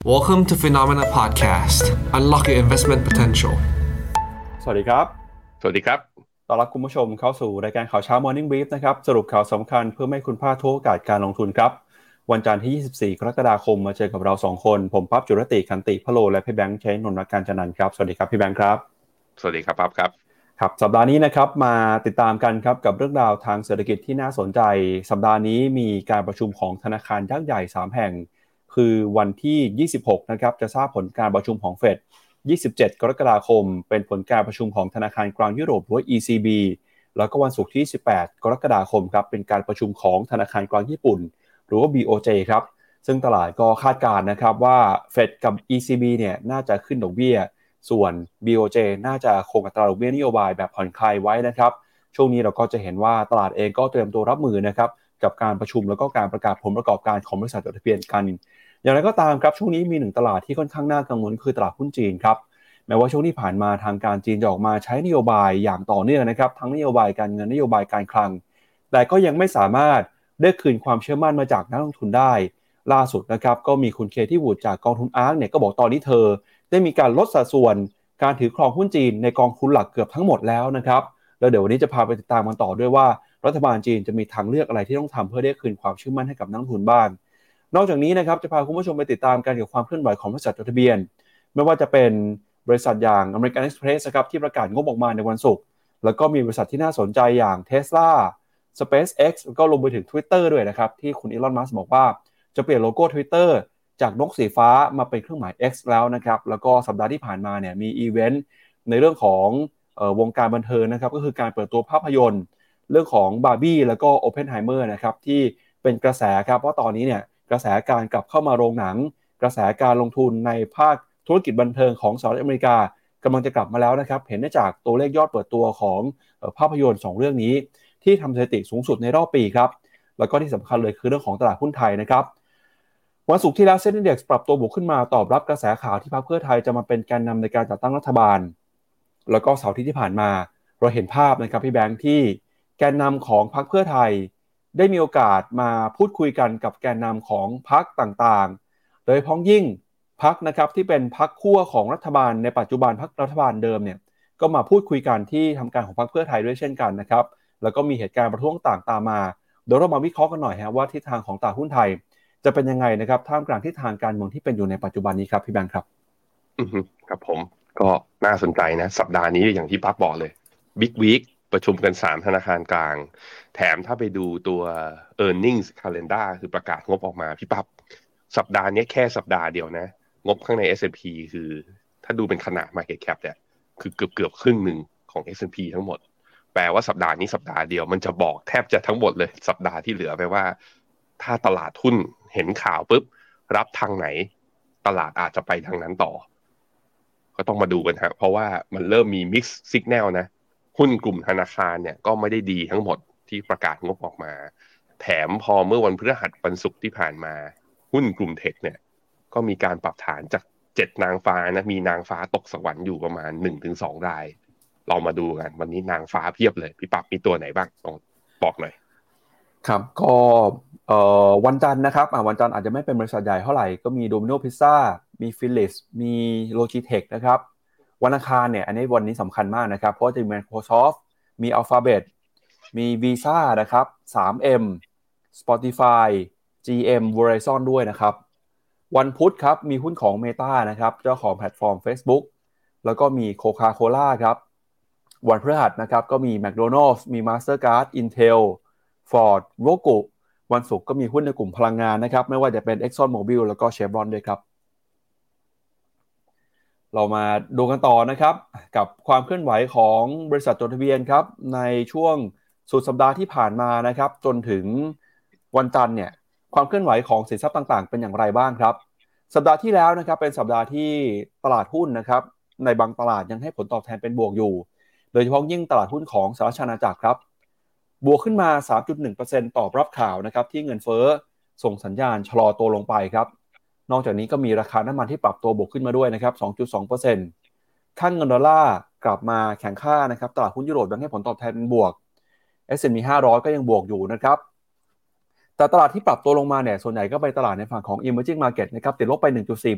Welcome to Phenomena Podcast. Unlock your investment potential. สวัสดีครับสวัสดีครับต้อนรับคุณผู้ชมเข้าสู่รายการข่าวเช้า Morning Brief นะครับสรุปข่าวสำคัญเพื่อให้คุณพลาดทุกโอกาสการลงทุนครับวันจันทร์ที่24กรกฎาคมมาเจอกับเรา2คนผมปั๊บจุรติขันติพโลและพี่แบงค์ชัยนนท์การจันนันท์ครับสวัสดีครับพี่แบงค์ครับสวัสดีครับปั๊บครับครับสัปดาห์นี้นะครับมาติดตามกันครับกับเรื่องราวทางเศรษฐกิจที่น่าสนใจสัปดาห์นี้มีการประชุมของธนาคารยักษ์ใหญ่3แห่งคือวันที่26นะครับจะทราบผลการประชุมของเฟด27กรกฎาคมเป็นผลการประชุมของธนาคารกลางยุโรปหรือ ECB แล้วก็วันศุกร์ที่18กรกฎาคมครับเป็นการประชุมของธนาคารกลางญี่ปุ่นหรือว่า BOJ ครับซึ่งตลาดก็คาดการณ์นะครับว่าเฟดกับ ECB เนี่ยน่าจะขึ้นดอกเบี้ยส่วน BOJ น่าจะคงอัตราดอกเบี้ยนโยบายแบบผ่อนคลายไว้นะครับช่วงนี้เราก็จะเห็นว่าตลาดเองก็เตรียมตัวรับมือนะครับกับการประชุมแล้วก็การประกาศผลประกอบการของบริษัทจดทะเบียนกันอย่างไรก็ตามครับช่วงนี้มีหนึ่งตลาดที่ค่อนข้างน่ากังวลคือตลาดหุ้นจีนครับแม้ว่าช่วงที่ผ่านมาทางการจีนจะออกมาใช้นโยบายอย่างต่อเนื่องนะครับทั้งนโยบายการเงินนโยบายการคลังแต่ก็ยังไม่สามารถได้คืนความเชื่อมั่นมาจากนักลงทุนได้ล่าสุดนะครับก็มีคุณเคที่วูดจากกองทุนอาร์คเนี่ยก็บอกตอนนี้เธอได้มีการลดสัดส่วนการถือครองหุ้นจีนในกองทุนหลักเกือบทั้งหมดแล้วนะครับแล้วเดี๋ยววันนี้จะพาไปติดตามกันต่อด้วยว่ารัฐบาลจีนจะมีทางเลือกอะไรที่ต้องทำเพื่อได้คืนความเชื่อมั่นให้กับนักลงทุนบ้างนอกจากนี้นะครับจะพาคุณผู้ชมไปติดตามการเกี่ยวกับความเคลื่อนไหวของบริษัทจดทะเบียนไม่ว่าจะเป็นบริษัทอย่าง American Express นะครับที่ประกาศงบออกมาในวันศุกร์แล้วก็มีบริษัทที่น่าสนใจอย่าง Tesla SpaceX แล้วก็รวมไปถึง Twitter ด้วยนะครับที่คุณอีลอน มัสก์บอกว่าจะเปลี่ยนโลโก้ Twitter จากนกสีฟ้ามาเป็นเครื่องหมาย X แล้วนะครับแล้วก็สัปดาห์ที่ผ่านมาเนี่ยมีอีเวนต์ในเรื่องของวงการบันเทิงนะครับก็คือการเปิดตัวภาพยนตร์เรื่องของ Barbie แล้วก็ Oppenheimer นะครับที่เป็นกระแสครับเพราะตอนนี้เนี่ยกระแสการกลับเข้ามาโรงหนังกระแสการลงทุนในภาคธุรกิจบันเทิงของสหรัฐอเมริกากำลังจะกลับมาแล้วนะครับเห็นได้จากตัวเลขยอดเปิดตัวของภาพยนตร์2เรื่องนี้ที่ทำสถิติสูงสุดในรอบปีครับแล้วก็ที่สำคัญเลยคือเรื่องของตลาดหุ้นไทยนะครับวันศุกร์ที่แล้วเซ็นดีเด็กซ์ปรับตัวบวกขึ้นมาตอบรับกระแสข่าวที่พรรคเพื่อไทยจะมาเป็นแกนนำในการจัดตั้งรัฐบาลแล้วก็เสาร์ที่ผ่านมาเราเห็นภาพนะครับพี่แบงค์ที่แกนนำของพรรคเพื่อไทยได้มีโอกาสมาพูดคุยกันกับแกนนำของพรรคต่างๆโดยพ้องยิ่งพรรคนะครับที่เป็นพรรคขั้วของรัฐบาลในปัจจุบันพรรครัฐบาลเดิมเนี่ยก็มาพูดคุยกันที่ทำการของพรรคเพื่อไทยด้วยเช่นกันนะครับแล้วก็มีเหตุการณ์ประท้วงต่างตามมาเดี๋ยวเรามาวิเคราะห์กันหน่อยฮะว่าทิศทางของตลาดหุ้นไทยจะเป็นยังไงนะครับท่ามกลางทิศทางการเมืองที่เป็นอยู่ในปัจจุบันนี้ครับพี่แบงค์ครับครับผมก็น่าสนใจนะสัปดาห์นี้อย่างที่ปั๊บบอกเลยบิ๊กวีคประชุมกัน3ธนาคารกลางแถมถ้าไปดูตัว earnings calendar คือประกาศงบออกมาพี่ปั๊บสัปดาห์นี้แค่สัปดาห์เดียวนะงบข้างใน S&P คือถ้าดูเป็นขนาด market cap เนี่ยคือเกือบครึ่งหนึ่งของ S&P ทั้งหมดแปลว่าสัปดาห์นี้สัปดาห์เดียวมันจะบอกแทบจะทั้งหมดเลยสัปดาห์ที่เหลือไปว่าถ้าตลาดหุ้นเห็นข่าวปุ๊บรับทางไหนตลาดอาจจะไปทางนั้นต่อก็ต้องมาดูกันฮะเพราะว่ามันเริ่มมี mix signal นะหุ้นกลุ่มธนาคารเนี่ยก็ไม่ได้ดีทั้งหมดที่ประกาศงบออกมาแถมพอเมื่อวันพฤหัสวันศุกร์ที่ผ่านมาหุ้นกลุ่มเทคเนี่ยก็มีการปรับฐานจาก7นางฟ้านะมีนางฟ้าตกสวรรค์อยู่ประมาณ 1-2 รายเรามาดูกันวันนี้นางฟ้าเพียบเลยพี่ปั๊บมีตัวไหนบ้างต้องบอกหน่อยครับก็วันจันทร์นะครับวันจันทร์อาจจะไม่เป็นบริษัทใหญ่เท่าไหร่ก็มี Domino Pizza มี Philips มี Logitech นะครับวันอังคารเนี่ยอันนี้วันนี้สำคัญมากนะครับเพราะจะมี Microsoft มี Alphabet มี Visa นะครับ 3M Spotify GM Verizon ด้วยนะครับวันพุธครับมีหุ้นของ Meta นะครับเจ้าของแพลตฟอร์ม Facebook แล้วก็มี Coca-Cola ครับวันพฤหัสนะครับก็มี McDonald's มี Mastercard Intel Ford Roku วันศุกร์ก็มีหุ้นในกลุ่มพลังงานนะครับไม่ว่าจะเป็น Exxon Mobil แล้วก็ Chevron ด้วยครับเรามาดูกันต่อนะครับกับความเคลื่อนไหวของบริษัทจดทะเบียนครับในช่วงสุดสัปดาห์ที่ผ่านมานะครับจนถึงวันจันทร์เนี่ยความเคลื่อนไหวของสินทรัพย์ต่างๆเป็นอย่างไรบ้างครับสัปดาห์ที่แล้วนะครับเป็นสัปดาห์ที่ตลาดหุ้นนะครับในบางตลาดยังให้ผลตอบแทนเป็นบวกอยู่โดยเฉพาะยิ่งตลาดหุ้นของสหรัฐอาณาจักรครับบวกขึ้นมา 3.1% ตอบรับข่าวนะครับที่เงินเฟ้อส่งสัญญาณชะลอตัวลงไปครับนอกจากนี้ก็มีราคาน้ำมันที่ปรับตัวบวกขึ้นมาด้วยนะครับ 2.2% ค่าเงินดอลลาร์กลับมาแข็งค่านะครับตลาดหุ้นยุโรปยังให้ผลตอบแทนเป็นบวก S&P 500ก็ยังบวกอยู่นะครับแต่ตลาดที่ปรับตัวลงมาเนี่ยส่วนใหญ่ก็ไปตลาดในฝั่งของ emerging market นะครับติดลบไป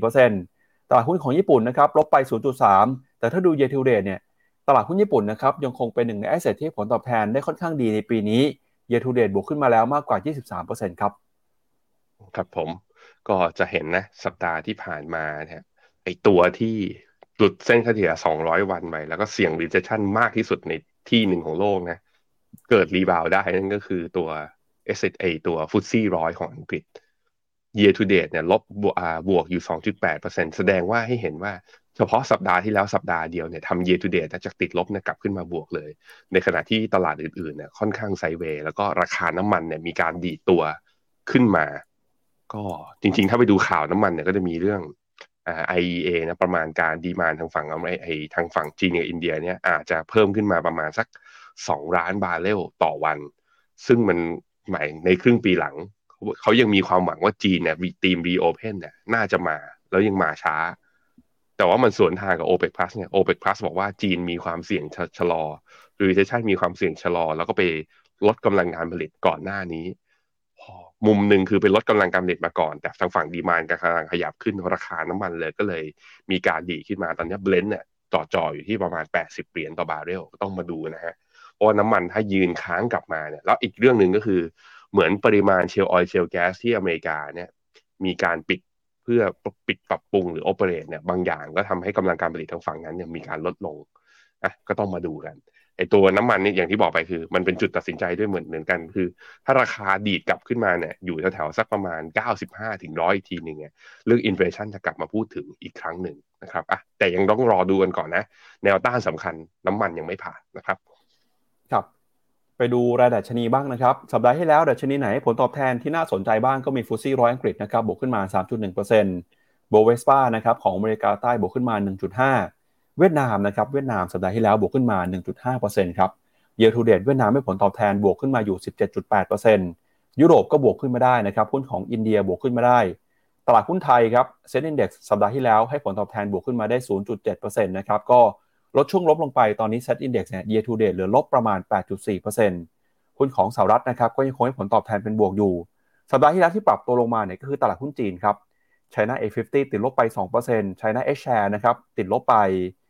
1.4% ตลาดหุ้นของญี่ปุ่นนะครับลบไป 0.3 แต่ถ้าดู year to date เนี่ยตลาดหุ้นญี่ปุ่นนะครับยังคงเป็นหนึ่งใน asset ที่ผลตอบแทนได้ค่อนข้างดีในปีนี้ year to date บวกขึ้นมาแล้วมากกว่า 23% ครับครับผมก็จะเห็นนะสัปดาห์ที่ผ่านมาเนี่ยไอตัวที่หลุดเส้นเฉลี่ย200วันไปแล้วก็เสี่ยง recession มากที่สุดในที่หนึ่งของโลกนะเกิดรีบาวได้นั่นก็คือตัว S&P ตัวฟุตซี่100ของอังกฤษ year to date เนี่ยบวกอยู่ 2.8% แสดงว่าให้เห็นว่าเฉพาะสัปดาห์ที่แล้วสัปดาห์เดียวเนี่ยทำ year to date จากติดลบเนี่ยกลับขึ้นมาบวกเลยในขณะที่ตลาดอื่นๆเนี่ยค่อนข้างไซด์เวย์แล้วก็ราคาน้ำมันเนี่ยมีการดีดตัวขึ้นมาก็จริงๆถ้าไปดูข่าวน้ำมันเนี่ยก็จะมีเรื่องIEA นะประมาณการดีมานด์ทางฝั่งทางฝั่งจีนกับอินเดียเนี่ยอาจจะเพิ่มขึ้นมาประมาณสัก2 ล้านบาร์เรลต่อวันซึ่งมันหมายในครึ่งปีหลังเขายังมีความหวังว่าจีนเนี่ยทีมรีโอเพนเนี่ยน่าจะมาแล้วยังมาช้าแต่ว่ามันสวนทางกับ OPEC Plus เนี่ย OPEC Plus บอกว่าจีนมีความเสี่ยงชะลอ recession มีความเสี่ยงชะลอแล้วก็ไปลดกำลังการผลิตก่อนหน้านี้มุมหนึ่งคือไปลดกำลังการผลิตมาก่อนแต่ทางฝั่งดีมานด์กำลังขยับขึ้นราคาน้ำมันเลยก็เลยมีการดีขึ้นมาตอนนี้เบลนด์เนี่ยจ่ออยู่ที่ประมาณ$80ต่อบาร์เรลต้องมาดูนะฮะเพราะน้ำมันถ้ายืนค้างกลับมาเนี่ยแล้วอีกเรื่องหนึ่งก็คือเหมือนปริมาณเชลล์ออยล์เชลล์แก๊สที่อเมริกาเนี่ยมีการปิดเพื่อปิดปรับปรุงหรือโอเปเรตเนี่ยบางอย่างก็ทำให้กำลังการผลิตทางฝั่งนั้นเนี่ยมีการลดลงก็ต้องมาดูกันไอตัวน้ำมันนี่อย่างที่บอกไปคือมันเป็นจุดตัดสินใจด้วยเหมือนกันคือถ้าราคาดีดกลับขึ้นมาเนี่ยอยู่แถวๆสักประมาณ95ถึง100อีกทีหนึ่งเนี่ยเรื่องอินเฟลชันจะกลับมาพูดถึงอีกครั้งหนึ่งนะครับแต่ยังต้องรอดูกันก่อนนะแนวต้านสำคัญน้ำมันยังไม่ผ่านนะครับครับไปดูรายดัชนีบ้างนะครับสัปดาห์ที่แล้วดัชนีไหนผลตอบแทนที่น่าสนใจบ้างก็มีฟุตซี่100อังกฤษนะครับบวกขึ้นมา 3.1%โบเวสป้านะครับของอเมริกาใต้บวกขึ้นมา 1.5 เวียดนามนะครับเวียดนามสัปดาห์ที่แล้วบวกขึ้นมา 1.5% ครับ year to date เวียดนามให้ผลตอบแทนบวกขึ้นมาอยู่ 17.8% ยุโรปก็บวกขึ้นมาได้นะครับหุ้นของอินเดียบวกขึ้นมาได้ตลาดหุ้นไทยครับเซ็นดิ้งเด็กซ์สัปดาห์ที่แล้วให้ผลตอบแทนบวกขึ้นมาได้ 0.7% นะครับก็ลดช่วงลบลงไปตอนนี้เซ็ตอินเด็กซ์เนี่ย year to date เหลือลบประมาณ 8.4% หุ้นของสหรัฐนะครับก็ยังคงให้ผลตอบแทนเป็นบวกอยู่สัปดาห์ที่แล้วที่ปรับตัวลงมาเนี่ยก็คือตลาดหุ้นจีนครับ China A50 ติดลบไป 2% China H Share นะครับติดลบไป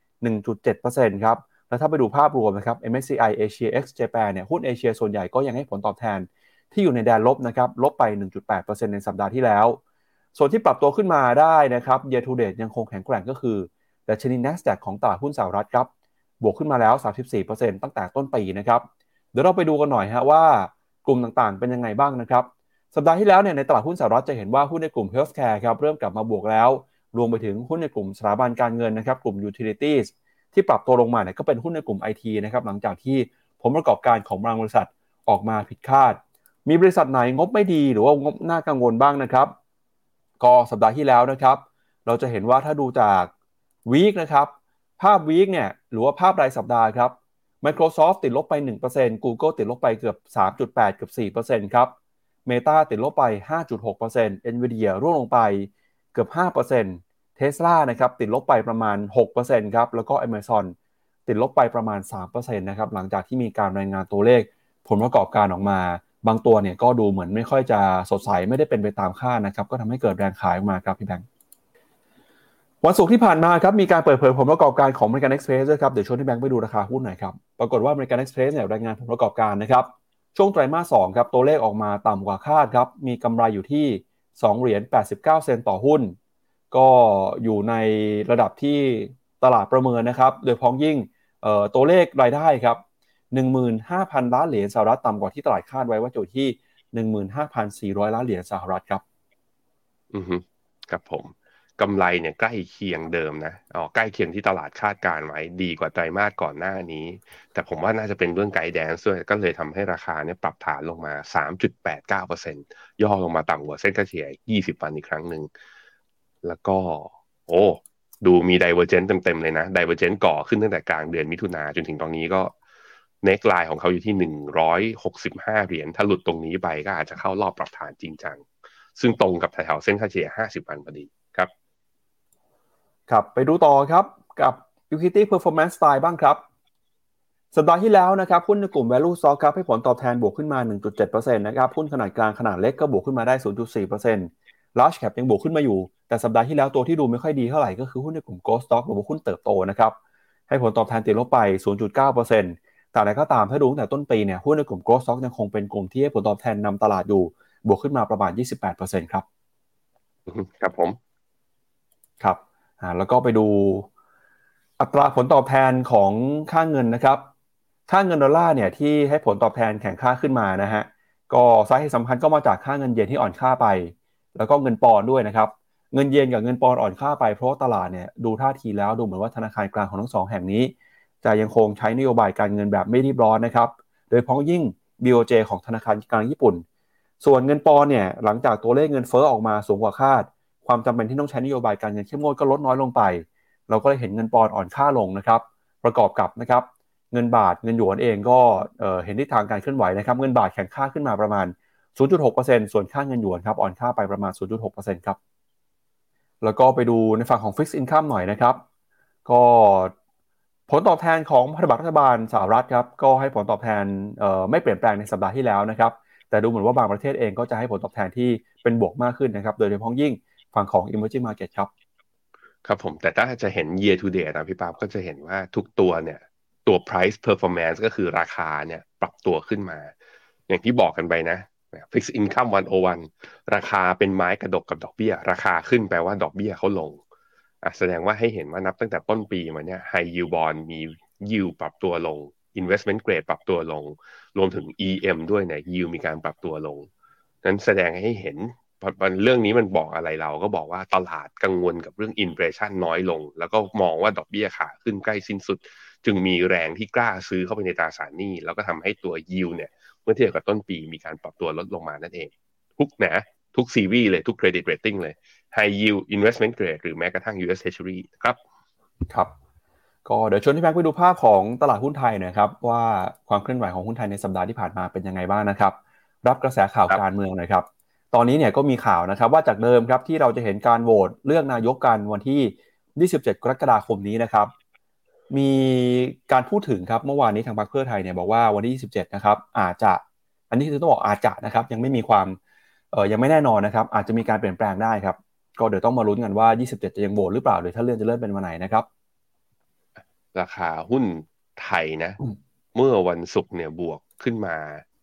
1.7% ครับแล้วถ้าไปดูภาพรวมนะครับ MSCI Asia X Japan เนี่ยหุ้นเอเชียส่วนใหญ่ก็ยังให้ผลตอบแทนที่อยู่ในแดนลบนะครับลบไป 1.8% ในสัปดาห์ที่แล้วส่วนที่ปรับตัวขึ้นมาได้นะครับ year to date ยังคงแข็งแกร่งก็คือดัชนี NASDAQ ของตลาดหุ้นสหรัฐครับบวกขึ้นมาแล้ว 34% ตั้งแต่ต้นปีนะครับเดี๋ยวเราไปดูกันหน่อยฮะว่ากลุ่มต่างๆเป็นยังไงบ้างนะครับสัปดาห์ที่แล้วเนี่ยในตลาดหุ้นสหรัฐจะเห็นว่าหุ้นในกลุ่ม healthcare ครับเริ่มกลับมาบวกแล้วรวมไปถึงหุ้นในกลุ่มสถาบันการเงินนะครับกลุ่ม utilities ที่ปรับตัวลงมาเนี่ยก็เป็นหุ้นในกลุ่ม IT นะครับหลังจากที่ผลประกอบการของบางบริษัทออกมาผิดคาดมีบริษัทไหนงบไม่ดีหรือว่างบน่ากังวลบ้างนะครับก็สัปดาห์ที่แล้วนะครับเราจะเห็นว่าถ้าดูจากวีคนะครับภาพวีคเนี่ยหรือว่าภาพรายสัปดาห์ครับ Microsoft ติดลบไป 1% Google ติดลบไปเกือบ 3.8 เกือบ 4% ครับ Meta ติดลบไป 5.6% Nvidia ร่วงลงไปเกือบ 5% Tesla นะครับติดลบไปประมาณ 6% ครับแล้วก็ Amazon ติดลบไปประมาณ 3% นะครับหลังจากที่มีการรายงานตัวเลขผลประกอบการออกมาบางตัวเนี่ยก็ดูเหมือนไม่ค่อยจะสดใสไม่ได้เป็นไปตามคาดนะครับก็ทำให้เกิดแรงขายออกมาครับพี่แบงค์วันศุกร์ที่ผ่านมาครับมีการเปิดเผยผลประกอบการของ American Express ด้วยครับเดี๋ยวชวนพี่แบงค์ไปดูราคาหุ้นหน่อยครับปรากฏว่า American Express เนี่ยรายงานผลประกอบการนะครับช่วงไตรมาส 2ครับตัวเลขออกมาต่ำกว่าคาดครับมีกำไรอยู่ที่$2.89 ต่อหุ้นก็อยู่ในระดับที่ตลาดประเมินนะครับโดยพ้องยิ่งตัวเลขรายได้ครับ 15,000 ล้านเหรียญสหรัฐต่ำกว่าที่ตลาดคาดไว้ว่าอยู่ที่ 15,400 ล้านเหรียญสหรัฐครับครับผมกำไรเนี่ยใกล้เคียงเดิมนะใกล้เคียงที่ตลาดคาดการไว้ดีกว่าไตรมาสก่อนหน้านี้แต่ผมว่าน่าจะเป็นเรื่องไกด์แดนซ์ด้วยก็เลยทำให้ราคาเนี่ยปรับฐานลงมา 3.89% ย่อลงมาต่ำกว่าเส้นค่าเฉลี่ย20วันอีกครั้งหนึ่งแล้วก็ดูมีไดเวอร์เจนต์เต็มๆเลยนะไดเวอร์เจนต์ก่อขึ้นตั้งแต่กลางเดือนมิถุนาจนถึงตอนนี้ก็เน็กไลน์ของเขาอยู่ที่165เหรียญถ้าหลุดตรงนี้ไปก็อาจจะเข้ารอบปรับฐานจริงจังซึ่งตรงกับแถวๆเส้นค่าเฉลี่ย50วันพอดีครับครับไปดูต่อครับกับ Equity Performance Style บ้างครับสัปดาห์ที่แล้วนะครับหุ้นในกลุ่ม value stock ครับให้ผลตอบแทนบวกขึ้นมา 1.7% นะครับหุ้นขนาดกลางขนาดเล็กก็บวกขึ้นมาได้ 0.4% large cap ยังบวกขึ้นมาอยู่แต่สัปดาห์ที่แล้วตัวที่ดูไม่ค่อยดีเท่าไหร่ก็คือหุ้นในกลุ่ม growth stock หรือว่าหุ้นเติบโตนะครับให้ผลตอบแทนติดลบไป 0.9% แต่อะไรก็ตามถ้าดูตั้งแต่ต้นปีเนี่ยหุ้นในกลุ่ม growth stock ยังคงเป็นกลุ่มที่ให้ผลตอบแทนนำตลาดอยู่บวกขึ้นมาประมาณ 28% ครับครับผมครับแล้วก็ไปดูอัตราผลตอบแทนของค่าเงินนะครับค่าเงินดอลลาร์เนี่ยที่ให้ผลตอบแทนแข็งค่าขึ้นมานะฮะก็สาเหตุสำคัญก็มาจากค่าเงินเยนที่อ่อนค่าไปแล้วก็เงินปอนด์ด้วยนะครับเงินเยนกับเงินปอนด์อ่อนค่าไปเพราะว่าตลาดเนี่ยดูท่าทีแล้วดูเหมือนว่าธนาคารกลางของทั้งสองแห่งนี้จะยังคงใช้นโยบายการเงินแบบไม่รีบร้อนนะครับโดยเฉพาะยิ่ง BOJ ของธนาคารกลางญี่ปุ่นส่วนเงินปอนด์เนี่ยหลังจากตัวเลขเงินเฟ้อออกมาสูงกว่าคาดความจำเป็นที่ต้องใช้นโยบายการเงินเข้มงวดก็ลดน้อยลงไปเราก็เลยเห็นเงินปอนด์อ่อนค่าลงนะครับประกอบกับนะครับเงินบาทเงินหยวนเองก็เห็นทิศทางการเคลื่อนไหวนะครับเงินบาทแข็งค่าขึ้นมาประมาณ 0.6% ส่วนค่าเงินหยวนครับอ่อนค่าไปประมาณ 0.6% ครับแล้วก็ไปดูในฝั่งของ Fixed Income หน่อยนะครับก็ผลตอบแทนของพันธบัตรรัฐบาลสหรัฐครับก็ให้ผลตอบแทนไม่เปลี่ยนแปลงในสัปดาห์ที่แล้วนะครับแต่ดูเหมือนว่าบางประเทศเองก็จะให้ผลตอบแทนที่เป็นบวกมากขึ้นนะครับโดยเฉพาะยิ่งฝั่งของ Emerging Market ครับครับผมแต่ถ้าจะเห็น year to date นะพี่ป๊าบก็จะเห็นว่าทุกตัวเนี่ยตัว price performance ก็คือราคาเนี่ยปรับตัวขึ้นมาอย่างที่บอกกันไปนะ fixed income 101ราคาเป็นไม้กระดกกับดอกเบี้ยราคาขึ้นแปลว่าดอกเบี้ยเขาลงแสดงว่าให้เห็นว่านับตั้งแต่ต้นปีมาเนี่ย high yield bond มี yield ปรับตัวลง investment grade ปรับตัวลงรวมถึง EM ด้วยเนี่ย yield มีการปรับตัวลงนั้นแสดงให้เห็นเรื่องนี้มันบอกอะไรเราก็บอกว่าตลาดกังวลกับเรื่องอินเฟลชันน้อยลงแล้วก็มองว่าดอกเบี้ยขาขึ้นใกล้สิ้นสุดจึงมีแรงที่กล้าซื้อเข้าไปในตราสารหนี้แล้วก็ทำให้ตัวยิวเนี่ยเมื่อเทียบกับต้นปีมีการปรับตัวลดลงมานั่นเองทุกซีรีส์เลยทุกเครดิตเรตติ้งเลย High Yield Investment Grade หรือแม้กระทั่ง US Treasury ครับครับก็เดี๋ยวชวนที่แบงค์ไปดูภาพของตลาดหุ้นไทยนะครับว่าความเคลื่อนไหวของหุ้นไทยในสัปดาห์ที่ผ่านมาเป็นยังไงบ้างนะครับรับกระแสข่าวการเมืองหน่อยครับตอนนี้เนี่ยก็มีข่าวนะครับว่าจากเดิมครับที่เราจะเห็นการโหวตเลือกนายกกันวันที่27กรกฎาคมนี้นะครับมีการพูดถึงครับเมื่อวานนี้ทางพรรคเพื่อไทยเนี่ยบอกว่าวันที่27นะครับอาจจะอันนี้คือต้องบอกอาจจะนะครับยังไม่มีความยังไม่แน่นอนนะครับอาจจะมีการเปลี่ยนแปลงได้ครับก็เดี๋ยวต้องมาลุ้นกันว่า27จะยังโหวตหรือเปล่าหรือถ้าเลื่อนจะเลื่อนเป็นวันไหนนะครับราคาหุ้นไทยนะเมื่อวันศุกร์เนี่ยบวกขึ้นมา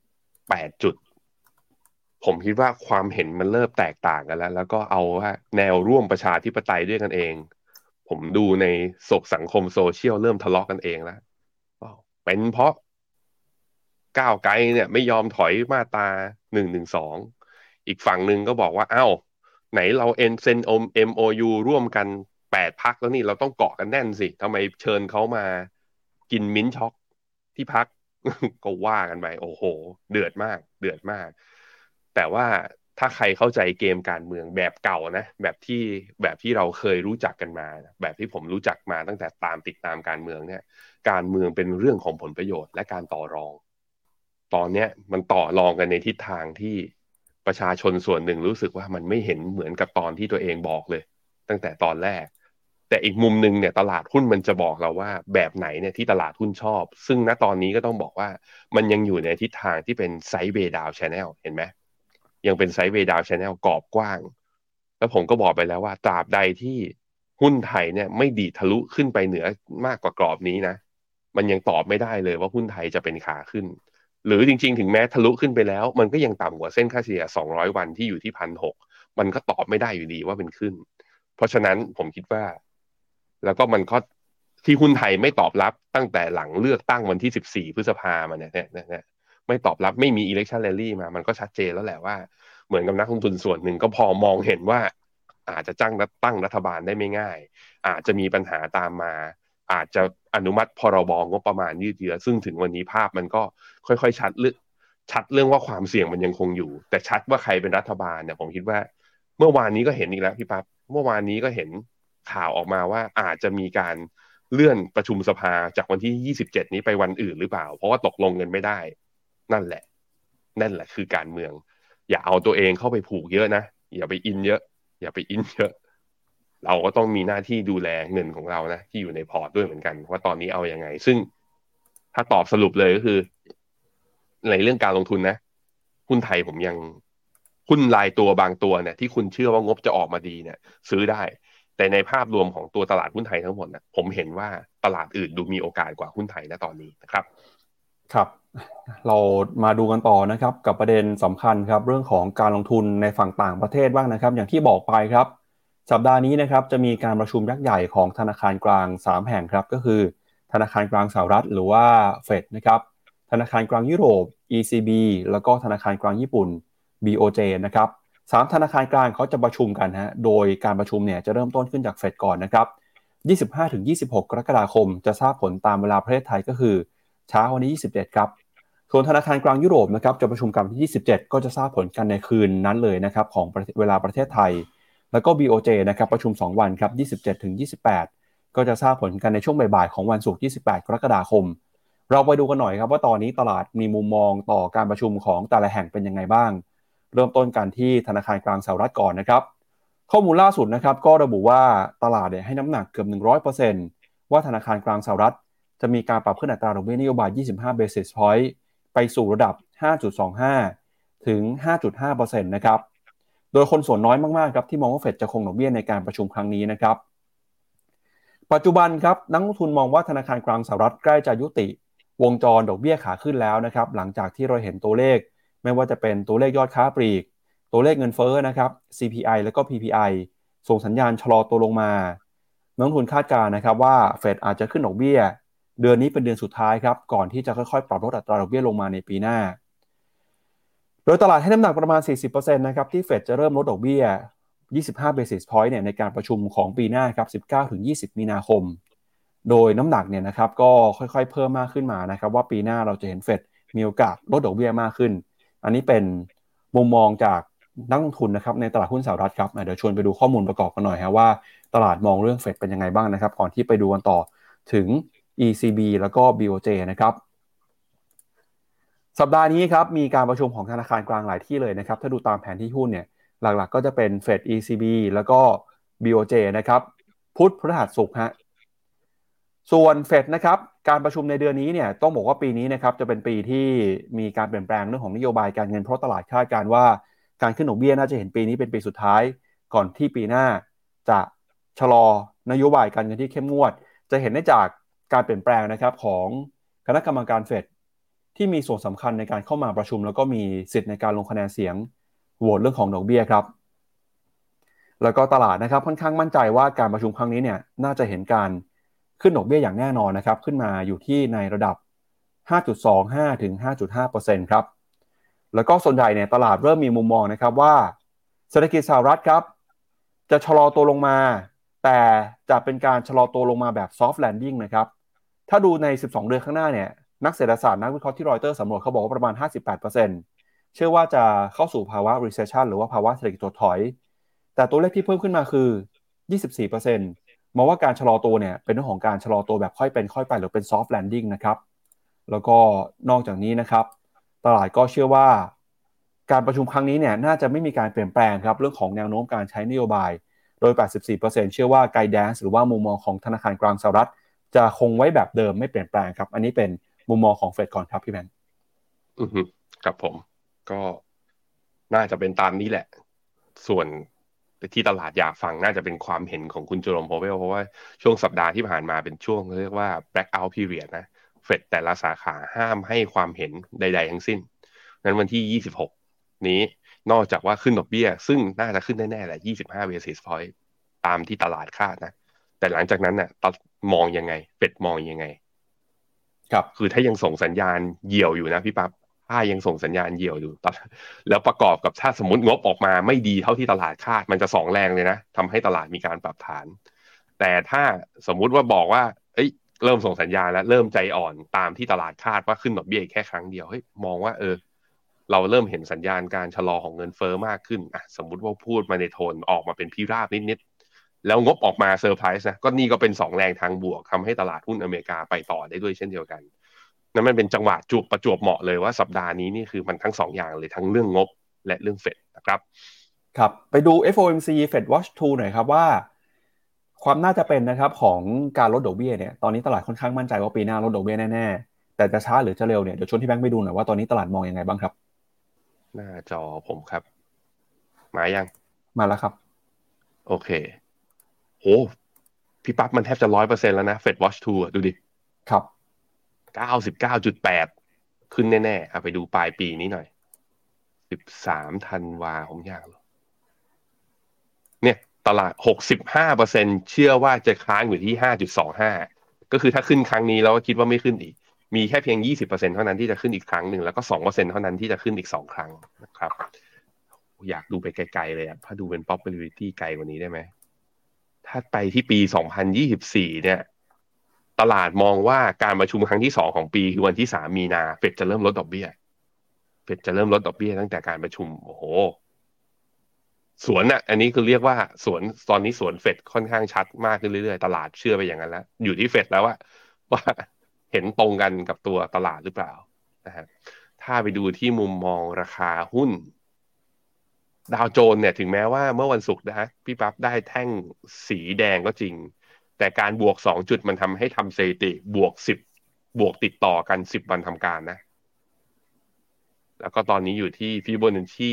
8จุดผมคิดว่าความเห็นมันเริ่มแตกต่างกันแล้วก็เอาว่าแนวร่วมประชาธิปไตยด้วยกันเองผมดูในสังคมโซเชียลเริ่มทะเลาะกันเองแล้วเป็นเพราะก้าวไกลเนี่ยไม่ยอมถอยมาตรา112อีกฝั่งหนึ่งก็บอกว่าไหนเราเซ็นMOU ร่วมกัน8 พรรคแล้วนี่เราต้องเกาะกันแน่นสิทำไมเชิญเขามากินมิ้นช็อกที่พรรค ก็ว่ากันไปโอ้โหเดือดมากเดือดมากแต่ว่าถ้าใครเข้าใจเกมการเมืองแบบเก่านะแบบที่เราเคยรู้จักกันมาแบบที่ผมรู้จักมาตั้งแต่ติดตามการเมืองเนี่ยการเมืองเป็นเรื่องของผลประโยชน์และการต่อรองตอนเนี้ยมันต่อรองกันในทิศทางที่ประชาชนส่วนหนึ่งรู้สึกว่ามันไม่เห็นเหมือนกับตอนที่ตัวเองบอกเลยตั้งแต่ตอนแรกแต่อีกมุมหนึ่งเนี่ยตลาดหุ้นมันจะบอกเราว่าแบบไหนเนี่ยที่ตลาดหุ้นชอบซึ่งณตอนนี้ก็ต้องบอกว่ามันยังอยู่ในทิศทางที่เป็นไซด์เวย์ดาวน์แชนแนลเห็นไหมยังเป็นไซด์เวย์ดาวน์แชนแนลกรอบกว้างแล้วผมก็บอกไปแล้วว่าตราบใดที่หุ้นไทยเนี่ยไม่ดีดทะลุขึ้นไปเหนือมากกว่ากรอบนี้นะมันยังตอบไม่ได้เลยว่าหุ้นไทยจะเป็นขาขึ้นหรือจริงๆถึงแม้ทะลุขึ้นไปแล้วมันก็ยังต่ำกว่าเส้นค่าเฉลี่ย200วันที่อยู่ที่1,600มันก็ตอบไม่ได้อยู่ดีว่าเป็นขึ้นเพราะฉะนั้นผมคิดว่าแล้วก็มันก็ที่หุ้นไทยไม่ตอบรับตั้งแต่หลังเลือกตั้งวันที่14พฤษภามาเนี่ยไม่ตอบรับไม่มี election rally มามันก็ชัดเจนแล้วแหละว่าเหมือนกับนักลงทุนส่วนหนึ่งก็พอมองเห็นว่าอาจจะตั้งรัฐบาลได้ไม่ง่ายอาจจะมีปัญหาตามมาอาจจะอนุมัติพรบงบประมาณยืดเยื้อซึ่งถึงวันนี้ภาพมันก็ค่อยๆชัดเรื่องว่าความเสี่ยงมันยังคงอยู่แต่ชัดว่าใครเป็นรัฐบาลเนี่ยผมคิดว่าเมื่อวานนี้ก็เห็นอีกแล้วพี่ปั๊บเมื่อวานนี้ก็เห็นข่าวออกมาว่าอาจจะมีการเลื่อนประชุมสภาจากวันที่27นี้ไปวันอื่นหรือเปล่าเพราะว่าตกลงกันไม่ได้นั่นแหละคือการเมืองอย่าเอาตัวเองเข้าไปผูกเยอะนะอย่าไปอินเยอะเราก็ต้องมีหน้าที่ดูแลเงินของเรานะที่อยู่ในพอร์ตด้วยเหมือนกันว่าตอนนี้เอายังไงซึ่งถ้าตอบสรุปเลยก็คือในเรื่องการลงทุนนะหุ้นไทยผมยังหุ้นรายตัวบางตัวเนี่ยที่คุณเชื่อว่างบจะออกมาดีเนี่ยซื้อได้แต่ในภาพรวมของตัวตลาดหุ้นไทยทั้งหมดนะผมเห็นว่าตลาดอื่นดูมีโอกาสกว่าหุ้นไทยณตอนนี้นะครับครับเรามาดูกันต่อนะครับกับประเด็นสำคัญครับเรื่องของการลงทุนในฝั่งต่างประเทศบ้างนะครับอย่างที่บอกไปครับสัปดาห์นี้นะครับจะมีการประชุมยักษ์ใหญ่ของธนาคารกลาง3แห่งครับก็คือธนาคารกลางสหรัฐหรือว่าเฟดนะครับธนาคารกลางยุโรป ECB แล้วก็ธนาคารกลางญี่ปุ่น BOJ นะครับ3ธนาคารกลางเขาจะประชุมกันฮะโดยการประชุมเนี่ยจะเริ่มต้นขึ้นจากเฟดก่อนนะครับ25-26กรกฎาคมจะทราบผลตามเวลาประเทศไทยก็คือเช้าวันที่27ครับส่วนธนาคารกลางยุโรปนะครับจะประชุมกันวันที่27ก็จะทราบผลกันในคืนนั้นเลยนะครับของเวลาประเทศไทยแล้วก็ BOJ นะครับประชุม2วันครับ27-28ก็จะทราบผลกันในช่วงบ่ายๆของวันศุกร์28กรกฎาคมเราไปดูกันหน่อยครับว่าตอนนี้ตลาดมีมุมมองต่อการประชุมของแต่ละแห่งเป็นยังไงบ้างเริ่มต้นกันที่ธนาคารกลางสหรัฐก่อนนะครับข้อมูลล่าสุดนะครับก็ระบุว่าตลาดให้น้ำหนักเกือบ 100% ว่าธนาคารกลางสหรัฐจะมีการปรับขึ้นอัตราดอกเบี้ยนโยบาย25 basis point ไปสู่ระดับ 5.25 ถึง 5.5% นะครับโดยคนส่วนน้อยมากๆครับที่มองว่าเฟดจะคงดอกเบี้ยในการประชุมครั้งนี้นะครับปัจจุบันครับนักลงทุนมองว่าธนาคารกลางสหรัฐใกล้จะยุติวงจรดอกเบี้ยขาขึ้นแล้วนะครับหลังจากที่เราเห็นตัวเลขไม่ว่าจะเป็นตัวเลขยอดค้าปลีกตัวเลขเงินเฟ้อนะครับ CPI แล้วก็ PPI ส่งสัญญาณชะลอตัวลงมานักลงทุนคาดการณ์นะครับว่าเฟดอาจจะขึ้นดอกเบี้ยเดือนนี้เป็นเดือนสุดท้ายครับก่อนที่จะค่อยๆปรับลดอัตราดอกเบี้ยลงมาในปีหน้าโดยตลาดให้น้ำหนักประมาณ 40% นะครับที่เฟดจะเริ่มลดดอกเบี้ย25 basis point เนี่ยในการประชุมของปีหน้าครับ19-20 มีนาคมโดยน้ำหนักเนี่ยนะครับก็ค่อยๆเพิ่มมากขึ้นมานะครับว่าปีหน้าเราจะเห็นเฟดมีโอกาสลดดอกเบี้ยมากขึ้นอันนี้เป็นมุมมองจากนักลงทุนนะครับในตลาดหุ้นสหรัฐครับเดี๋ยวชวนไปดูข้อมูลประกอบกันหน่อยฮะว่าตลาดมองเรื่องเฟดเป็นยังไงบ้างนะครับก่อนที่ไปดูกันต่อถึง ECB แล้วก็ BOJ นะครับสัปดาห์นี้ครับมีการประชุมของธนาคารกลางหลายที่เลยนะครับถ้าดูตามแผนที่หุ้นเนี่ยหลักๆก็จะเป็นเฟด ECB แล้วก็ BOJ นะครับพุธพฤหัสศุกร์ฮะส่วนเฟดนะครับการประชุมในเดือนนี้เนี่ยต้องบอกว่าปีนี้นะครับจะเป็นปีที่มีการเปลี่ยนแปลงเรื่องของนโยบายการเงินเพราะตลาดคาดการณ์ว่าการขึ้นดอกเบี้ยน่าจะเห็นปีนี้เป็นปีสุดท้ายก่อนที่ปีหน้าจะชะลอนโยบายการเงินที่เข้มงวดจะเห็นได้จากการเปลี่ยนแปลงนะครับของคณะกรรมการเฟดที่มีส่วนสำคัญในการเข้ามาประชุมแล้วก็มีสิทธิ์ในการลงคะแนนเสียงโหวตเรื่องของดอกเบี้ยครับแล้วก็ตลาดนะครับค่อนข้างมั่นใจว่าการประชุมครั้งนี้เนี่ยน่าจะเห็นการขึ้นดอกเบี้ยอย่างแน่นอนนะครับขึ้นมาอยู่ที่ในระดับ 5.25 ถึง 5.5% ครับแล้วก็ส่วนใหญ่เนี่ยตลาดเริ่มมีมุมมองนะครับว่าเศรษฐกิจสหรัฐครับจะชะลอตัวลงมาแต่จะเป็นการชะลอตัวลงมาแบบ soft landing นะครับถ้าดูใน12เดือนข้างหน้าเนี่ยนักเศรษฐศาสตร์นักวิเคราะห์ที่รอยเตอร์สำรวจเขาบอกว่าประมาณ 58%เชื่อว่าจะเข้าสู่ภาวะ recession หรือว่าภาวะเศรษฐกิจถดถอยแต่ตัวเลขที่เพิ่มขึ้นมาคือ 24%มองว่าการชะลอตัวเนี่ยเป็นเรื่องของการชะลอตัวแบบค่อยเป็นค่อยไปหรือเป็น soft landing นะครับแล้วก็นอกจากนี้นะครับตลาดก็เชื่อว่าการประชุมครั้งนี้เนี่ยน่าจะไม่มีการเปลี่ยนแปลงครับเรื่องของแนวโน้มการใช้นโยบายโดย 84% เชื่อว่า guidance หรือว่ามุมมองของธนาคารกลางสหรัฐจะคงไว้แบบเดิมไม่เปลี่ยนแปลงครับอันนี้เป็นมุมมองของเฟดก่อนครับพี่แบงค์ครับผมก็น่าจะเป็นตามนี้แหละส่วนที่ตลาดอยากฟังน่าจะเป็นความเห็นของคุณโจโรม พาวเวลเพราะว่าช่วงสัปดาห์ที่ผ่านมาเป็นช่วงเรียกว่า blackout period นะเฟดแต่ละสาขาห้ามให้ความเห็นใดๆทั้งสิ้นงั้นวันที่26นี้นอกจากว่าขึ้นดอกเบี้ยซึ่งน่าจะขึ้นแน่ๆแหละ25 basis point ตามที่ตลาดคาดนะแต่หลังจากนั้นน่ะมองยังไงเฟดมองยังไงครับคือถ้ายังส่งสัญญาณเหี่ยวอยู่นะพี่ปั๊บถ้ายังส่งสัญญาณเหี่ยวอยู่แล้วประกอบกับถ้าสมมติงบออกมาไม่ดีเท่าที่ตลาดคาดมันจะสองแรงเลยนะทำให้ตลาดมีการปรับฐานแต่ถ้าสมมุติว่าบอกว่าเอ้ยเริ่มส่งสัญญาณแล้วเริ่มใจอ่อนตามที่ตลาดคาดว่าขึ้นดอกเบี้ยแค่ครั้งเดียวเฮ้ยมองว่าเราเริ่มเห็นสัญญาณการชะลอของเงินเฟ้อมากขึ้นอ่ะสมมุติว่าพูดมาในโทนออกมาเป็นพิราบนิดๆแล้วงบออกมาเซอร์ไพรส์นะก็นี่ก็เป็นสองแรงทางบวกทำให้ตลาดหุ้นอเมริกาไปต่อได้ด้วยเช่นเดียวกันนั่นมันเป็นจังหวะประจวบเหมาะเลยว่าสัปดาห์นี้นี่คือมันทั้งสองอย่างเลยทั้งเรื่องงบและเรื่องเฟดนะครับครับไปดู FOMC Fed Watch 2หน่อยครับว่าความน่าจะเป็นนะครับของการลดดอกเบี้ยเนี่ยตอนนี้ตลาดค่อนข้างมั่นใจว่าปีหน้าลดดอกเบี้ยแน่แต่จะช้าหรือจะเร็วเนี่ยเดี๋ยวชวนพี่แบงค์ไปดูหน่อยว่าตอนนี้ตลาดมองยังไงบ้างครับหน้าจอผมครับมายังมาแล้วครับโอเคโหพี่ปั๊บมันแทบจะ100%แล้วนะ Fed Watch 2ดูดิครับ 99.8ขึ้นแน่ๆเอาไปดูปลายปีนี้หน่อย13 ธันวาผมอยากรู้เนี่ยตลาด65%เชื่อว่าจะค้างอยู่ที่5.25ก็คือถ้าขึ้นครั้งนี้แล้วก็คิดว่าไม่ขึ้นอีกมีแค่เพียง20%เท่านั้นที่จะขึ้นอีกครั้งหนึ่งแล้วก็2%เท่านั้นที่จะขึ้นอีก2ครั้งนะครับอยากดูไปไกลๆเลยถ้าดูเป็น probability ไกลกว่านี้ได้ไหมถ้าไปที่ปี2024เนี่ยตลาดมองว่าการประชุมครั้งที่2ของปีคือวันที่3มีนาเฟดจะเริ่มลดดอกเบี้ยตั้งแต่การประชุมโอ้โหสวนอ่ะอันนี้คือเรียกว่าสวนตอนนี้สวนเฟดค่อนข้างชัดมากขึ้นเรื่อยๆตลาดเชื่อไปอย่างนั้นแล้วอยู่ที่เฟดแล้วว่าเห็นตรงกันกับตัวตลาดหรือเปล่านะฮะถ้าไปดูที่มุมมองราคาหุ้นดาวโจนส์เนี่ยถึงแม้ว่าเมื่อวันศุกร์นะพี่ปั๊บได้แท่งสีแดงก็จริงแต่การบวก2 จุดมันทำให้ทำสถิติบวก10บวกติดต่อกัน10 วันทำการนะแล้วก็ตอนนี้อยู่ที่ฟิโบนัชชี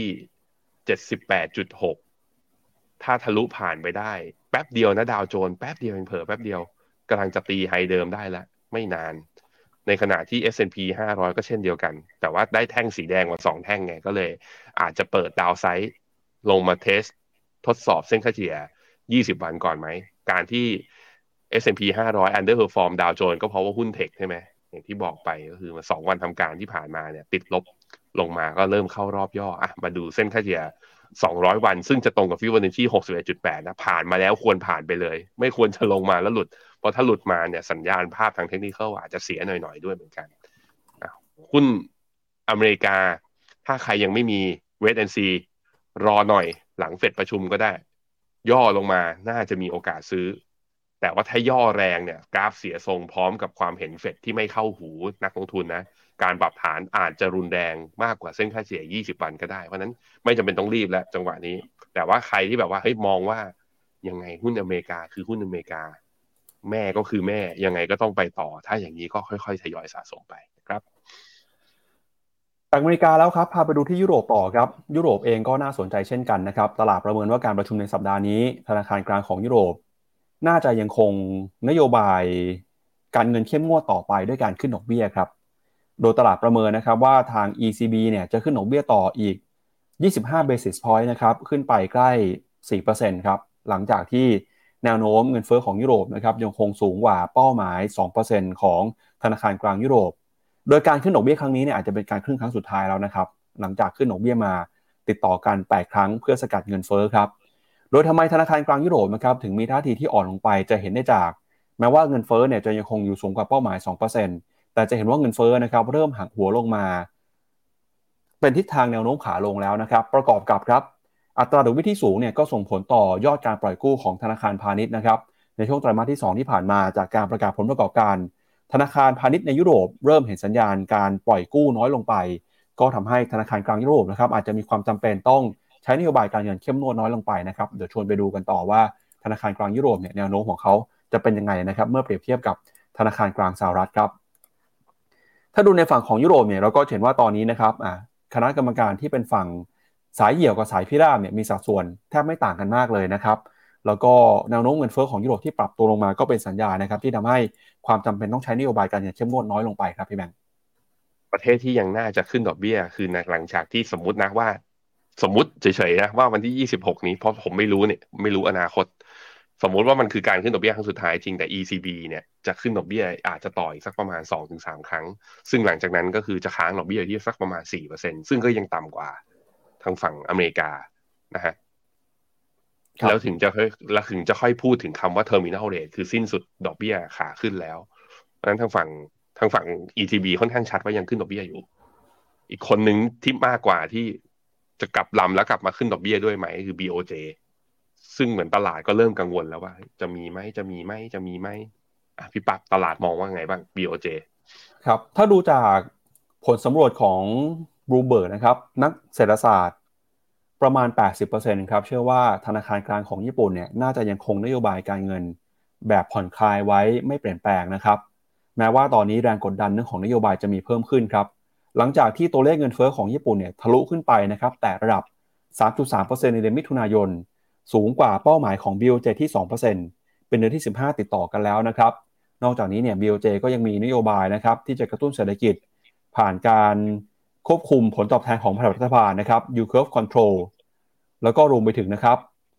78.6ถ้าทะลุผ่านไปได้แป๊บเดียวนะดาวโจนส์แป๊บเดียวเองเผลอแป๊บเดียวกำลังจะตีไฮเดิมได้แล้วไม่นานในขณะที่ S&P 500ก็เช่นเดียวกันแต่ว่าได้แท่งสีแดงมา2 แท่งไงก็เลยอาจจะเปิดดาวไซด์ลงมาทดสอบเส้นค่าเฉลี่ย20 วันก่อนไหมการที่ S&P 500 underperform ดาวโจนส์ก็เพราะว่าหุ้นเทคใช่ไหมอย่างที่บอกไปก็คือมา2 วันทำการที่ผ่านมาเนี่ยติดลบลงมาก็เริ่มเข้ารอบย่อมาดูเส้นค่าเฉลี่ย200 วันซึ่งจะตรงกับฟิโบนัชชี61.8นะผ่านมาแล้วควรผ่านไปเลยไม่ควรจะลงมาแล้วหลุดเพราะถ้าหลุดมาเนี่ยสัญญาณภาพทางเทคนิคอาจจะเสียหน่อยๆด้วยเหมือนกันหุ้นอเมริกาถ้าใครยังไม่มีเวทแอนซีรอหน่อยหลังเฟดประชุมก็ได้ย่อลงมาน่าจะมีโอกาสซื้อแต่ว่าถ้าย่อแรงเนี่ยกราฟเสียทรงพร้อมกับความเห็นเฟดที่ไม่เข้าหูนักลงทุนนะการปรับฐานอาจจะรุนแรงมากกว่าเส้นค่าเฉลี่ย20 วันก็ได้เพราะนั้นไม่จำเป็นต้องรีบแล้วจังหวะนี้แต่ว่าใครที่แบบว่าเฮ้ยมองว่ายังไงหุ้นอเมริกาคือหุ้นอเมริกาแม่ก็คือแม่ยังไงก็ต้องไปต่อถ้าอย่างนี้ก็ค่อยๆทยอยสะสมไปครับจากอเมริกาแล้วครับพาไปดูที่ยุโรปต่อครับยุโรปเองก็น่าสนใจเช่นกันนะครับตลาดประเมินว่าการประชุมในสัปดาห์นี้ธนาคารกลางของยุโรปน่าจะยังคงนโยบายการเงินเข้มงวดต่อไปด้วยการขึ้นดอกเบี้ยครับโดยตลาดประเมินนะครับว่าทาง ECB เนี่ยจะขึ้นดอกเบี้ยต่ออีก25 basis point นะครับขึ้นไปใกล้ 4% ครับหลังจากที่แนวโน้มเงินเฟ้อของยุโรปนะครับยังคงสูงกว่าเป้าหมาย 2% ของธนาคารกลางยุโรปโดยการขึ้นดอกเบี้ยครั้งนี้เนี่ยอาจจะเป็นการขึ้นครั้งสุดท้ายแล้วนะครับหลังจากขึ้นดอกเบี้ยมาติดต่อกัน8ครั้งเพื่อสกัดเงินเฟ้อครับโดยทำไมธนาคารกลางยุโรปนะครับถึงมีท่าทีที่อ่อนลงไปจะเห็นได้จากแม้ว่าเงินเฟ้อเนี่ยจะยังคงอยู่สูงกว่าเป้าหมาย 2% แต่จะเห็นว่าเงินเฟ้อนะครับเริ่มหักหัวลงมาเป็นทิศทางแนวโน้มขาลงแล้วนะครับประกอบกับครับอัตราดอกเบี้ยที่สูงเนี่ยก็ส่งผลต่อยอดการปล่อยกู้ของธนาคารพาณิชย์นะครับในช่วงไตรมาสที่2ที่ผ่านมาจากการประกาศผลประกอบการธนาคารพาณิชย์ในยุโรปเริ่มเห็นสัญญาณการปล่อยกู้น้อยลงไปก็ทำให้ธนาคารกลางยุโรปนะครับอาจจะมีความจำเป็นต้องใช้นโยบายการเงินเข้มงวดน้อยลงไปนะครับเดี๋ยวชวนไปดูกันต่อว่าธนาคารกลางยุโรปเนี่ยแนวโน้มของเขาจะเป็นยังไงนะครับเมื่อเปรียบเทียบกับธนาคารกลางสหรัฐครับถ้าดูในฝั่งของยุโรปเนี่ยเราก็เห็นว่าตอนนี้นะครับคณะกรรมการที่เป็นฝั่งสายเหี่ยวกับสายพิราบเนี่ยมีสัดส่วนแทบไม่ต่างกันมากเลยนะครับแล้วก็แนวโน้มเงินเฟ้อของยุโรปที่ปรับตัวลงมาก็เป็นสัญญาณนะครับที่ทำให้ความจำเป็นต้องใช้นโยบายการเงินเข้มงวดน้อยลงไปครับพี่แบงค์ประเทศที่ยังน่าจะขึ้นดอกเบี้ยคือหลังจากที่สมมุตินะว่าสมมุติเฉยๆนะว่าวันที่26นี้เพราะผมไม่รู้เนี่ยไม่รู้อนาคตสมมุติว่ามันคือการขึ้นดอกเบี้ยครั้งสุดท้ายจริงแต่ ECB เนี่ยจะขึ้นดอกเบี้ยอาจจะต่ออีกสักประมาณ2-3 ครั้งซึ่งหลังจากนั้นก็คือจะค้างดอกเบี้ยที่สักประมาณ4%ซึ่งก็ยังต่ำกว่าทางฝั่งอเมริกานะฮะแล้วถึงจะค่อยพูดถึงคำว่า terminal rate คือสิ้นสุดดอกเบี้ยขาขึ้นแล้วเพราะฉะนั้นทางฝั่ง ECB ค่อนข้างชัดว่ายังขึ้นดอกเบี้ยอยู่อีกคนหนึ่งที่มากกว่าที่จะกลับลำแล้วกลับมาขึ้นดอกเบี้ยด้วยไหมคือ BOJ ซึ่งเหมือนตลาดก็เริ่มกังวลแล้วว่าจะมีไหมพี่ปั๊บตลาดมองว่าไงบ้าง BOJ ครับถ้าดูจากผลสำรวจของบลูเบิร์กนะครับนักเศรษฐศาสตร์ประมาณ 80% ครับเชื่อว่าธนาคารกลางของญี่ปุ่นเนี่ยน่าจะยังคงนโยบายการเงินแบบผ่อนคลายไว้ไม่เปลี่ยนแปลงนะครับแม้ว่าตอนนี้แรงกดดันเรื่องของนโยบายจะมีเพิ่มขึ้นครับหลังจากที่ตัวเลขเงินเฟ้อของญี่ปุ่นเนี่ยทะลุขึ้นไปนะครับแต่ระดับ 3.3% ในเดือนมิถุนายนสูงกว่าเป้าหมายของ BOJ ที่ 2% เป็นเดือนที่ 15 ติดต่อกันแล้วนะครับนอกจากนี้เนี่ย BOJ ก็ยังมีนโยบายนะครับที่จะกระตุ้นเศรษฐกิจผ่านการควบคุมผลตอบแทนของรัฐบาลนะครับ Yield Curve Control แล้วก็รวมไปถึงนะครับ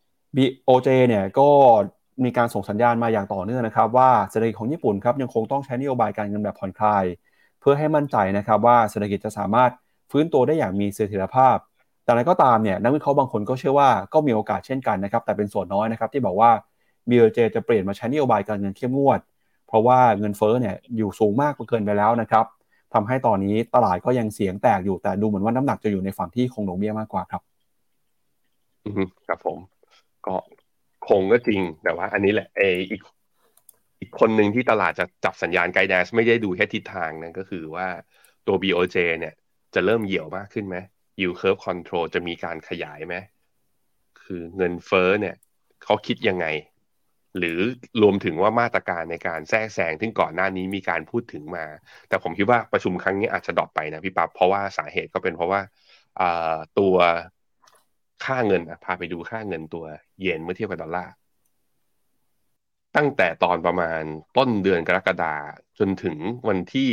BOJ เนี่ยก็มีการส่งสัญญาณมาอย่างต่อเนื่องนะครับว่าเศรษฐกิจของญี่ปุ่นครับยังคงต้องใช้นโยบายการเงินแบบผ่อนคลายเพื่อให้มั่นใจนะครับว่าเศรษฐกิจจะสามารถฟื้นตัวได้อย่างมีเสถียรภาพแต่อะไรก็ตามเนี่ยนักวิเคราะห์บางคนก็เชื่อว่าก็มีโอกาสเช่นกันนะครับแต่เป็นส่วนน้อยนะครับที่บอกว่า BOJ จะเปลี่ยนมาใช้นโยบายการเงินเข้มงวดเพราะว่าเงินเฟ้อเนี่ยอยู่สูงมากเกินไปแล้วนะครับทำให้ตอนนี้ตลาดก็ยังเสียงแตกอยู่แต่ดูเหมือนว่าน้ำหนักจะอยู่ในฝั่งที่คงดอกเบี้ยมากกว่าครับครับผมก็คงก็จริงแต่ว่าอันนี้แหละอีกคนหนึ่งที่ตลาดจะจับสัญญาณไกด์แดนซ์ไม่ได้ดูแค่ทิศทางนั่นก็คือว่าตัว BOJ เนี่ยจะเริ่มเหี่ยวมากขึ้นไหม Yield Curve Control จะมีการขยายไหมคือเงินเฟ้อเนี่ยเขาคิดยังไงหรือรวมถึงว่ามาตรการในการแทรกแซงที่ก่อนหน้านี้มีการพูดถึงมาแต่ผมคิดว่าประชุมครั้งนี้อาจจะดรอปไปนะพี่ปั๊บเพราะว่าสาเหตุก็เป็นเพราะว่าตัวค่าเงินพาไปดูค่าเงินตัวเยนเมื่อเทียบกับดอลลาร์ตั้งแต่ตอนประมาณต้นเดือนกรกฎาจนถึงวันที่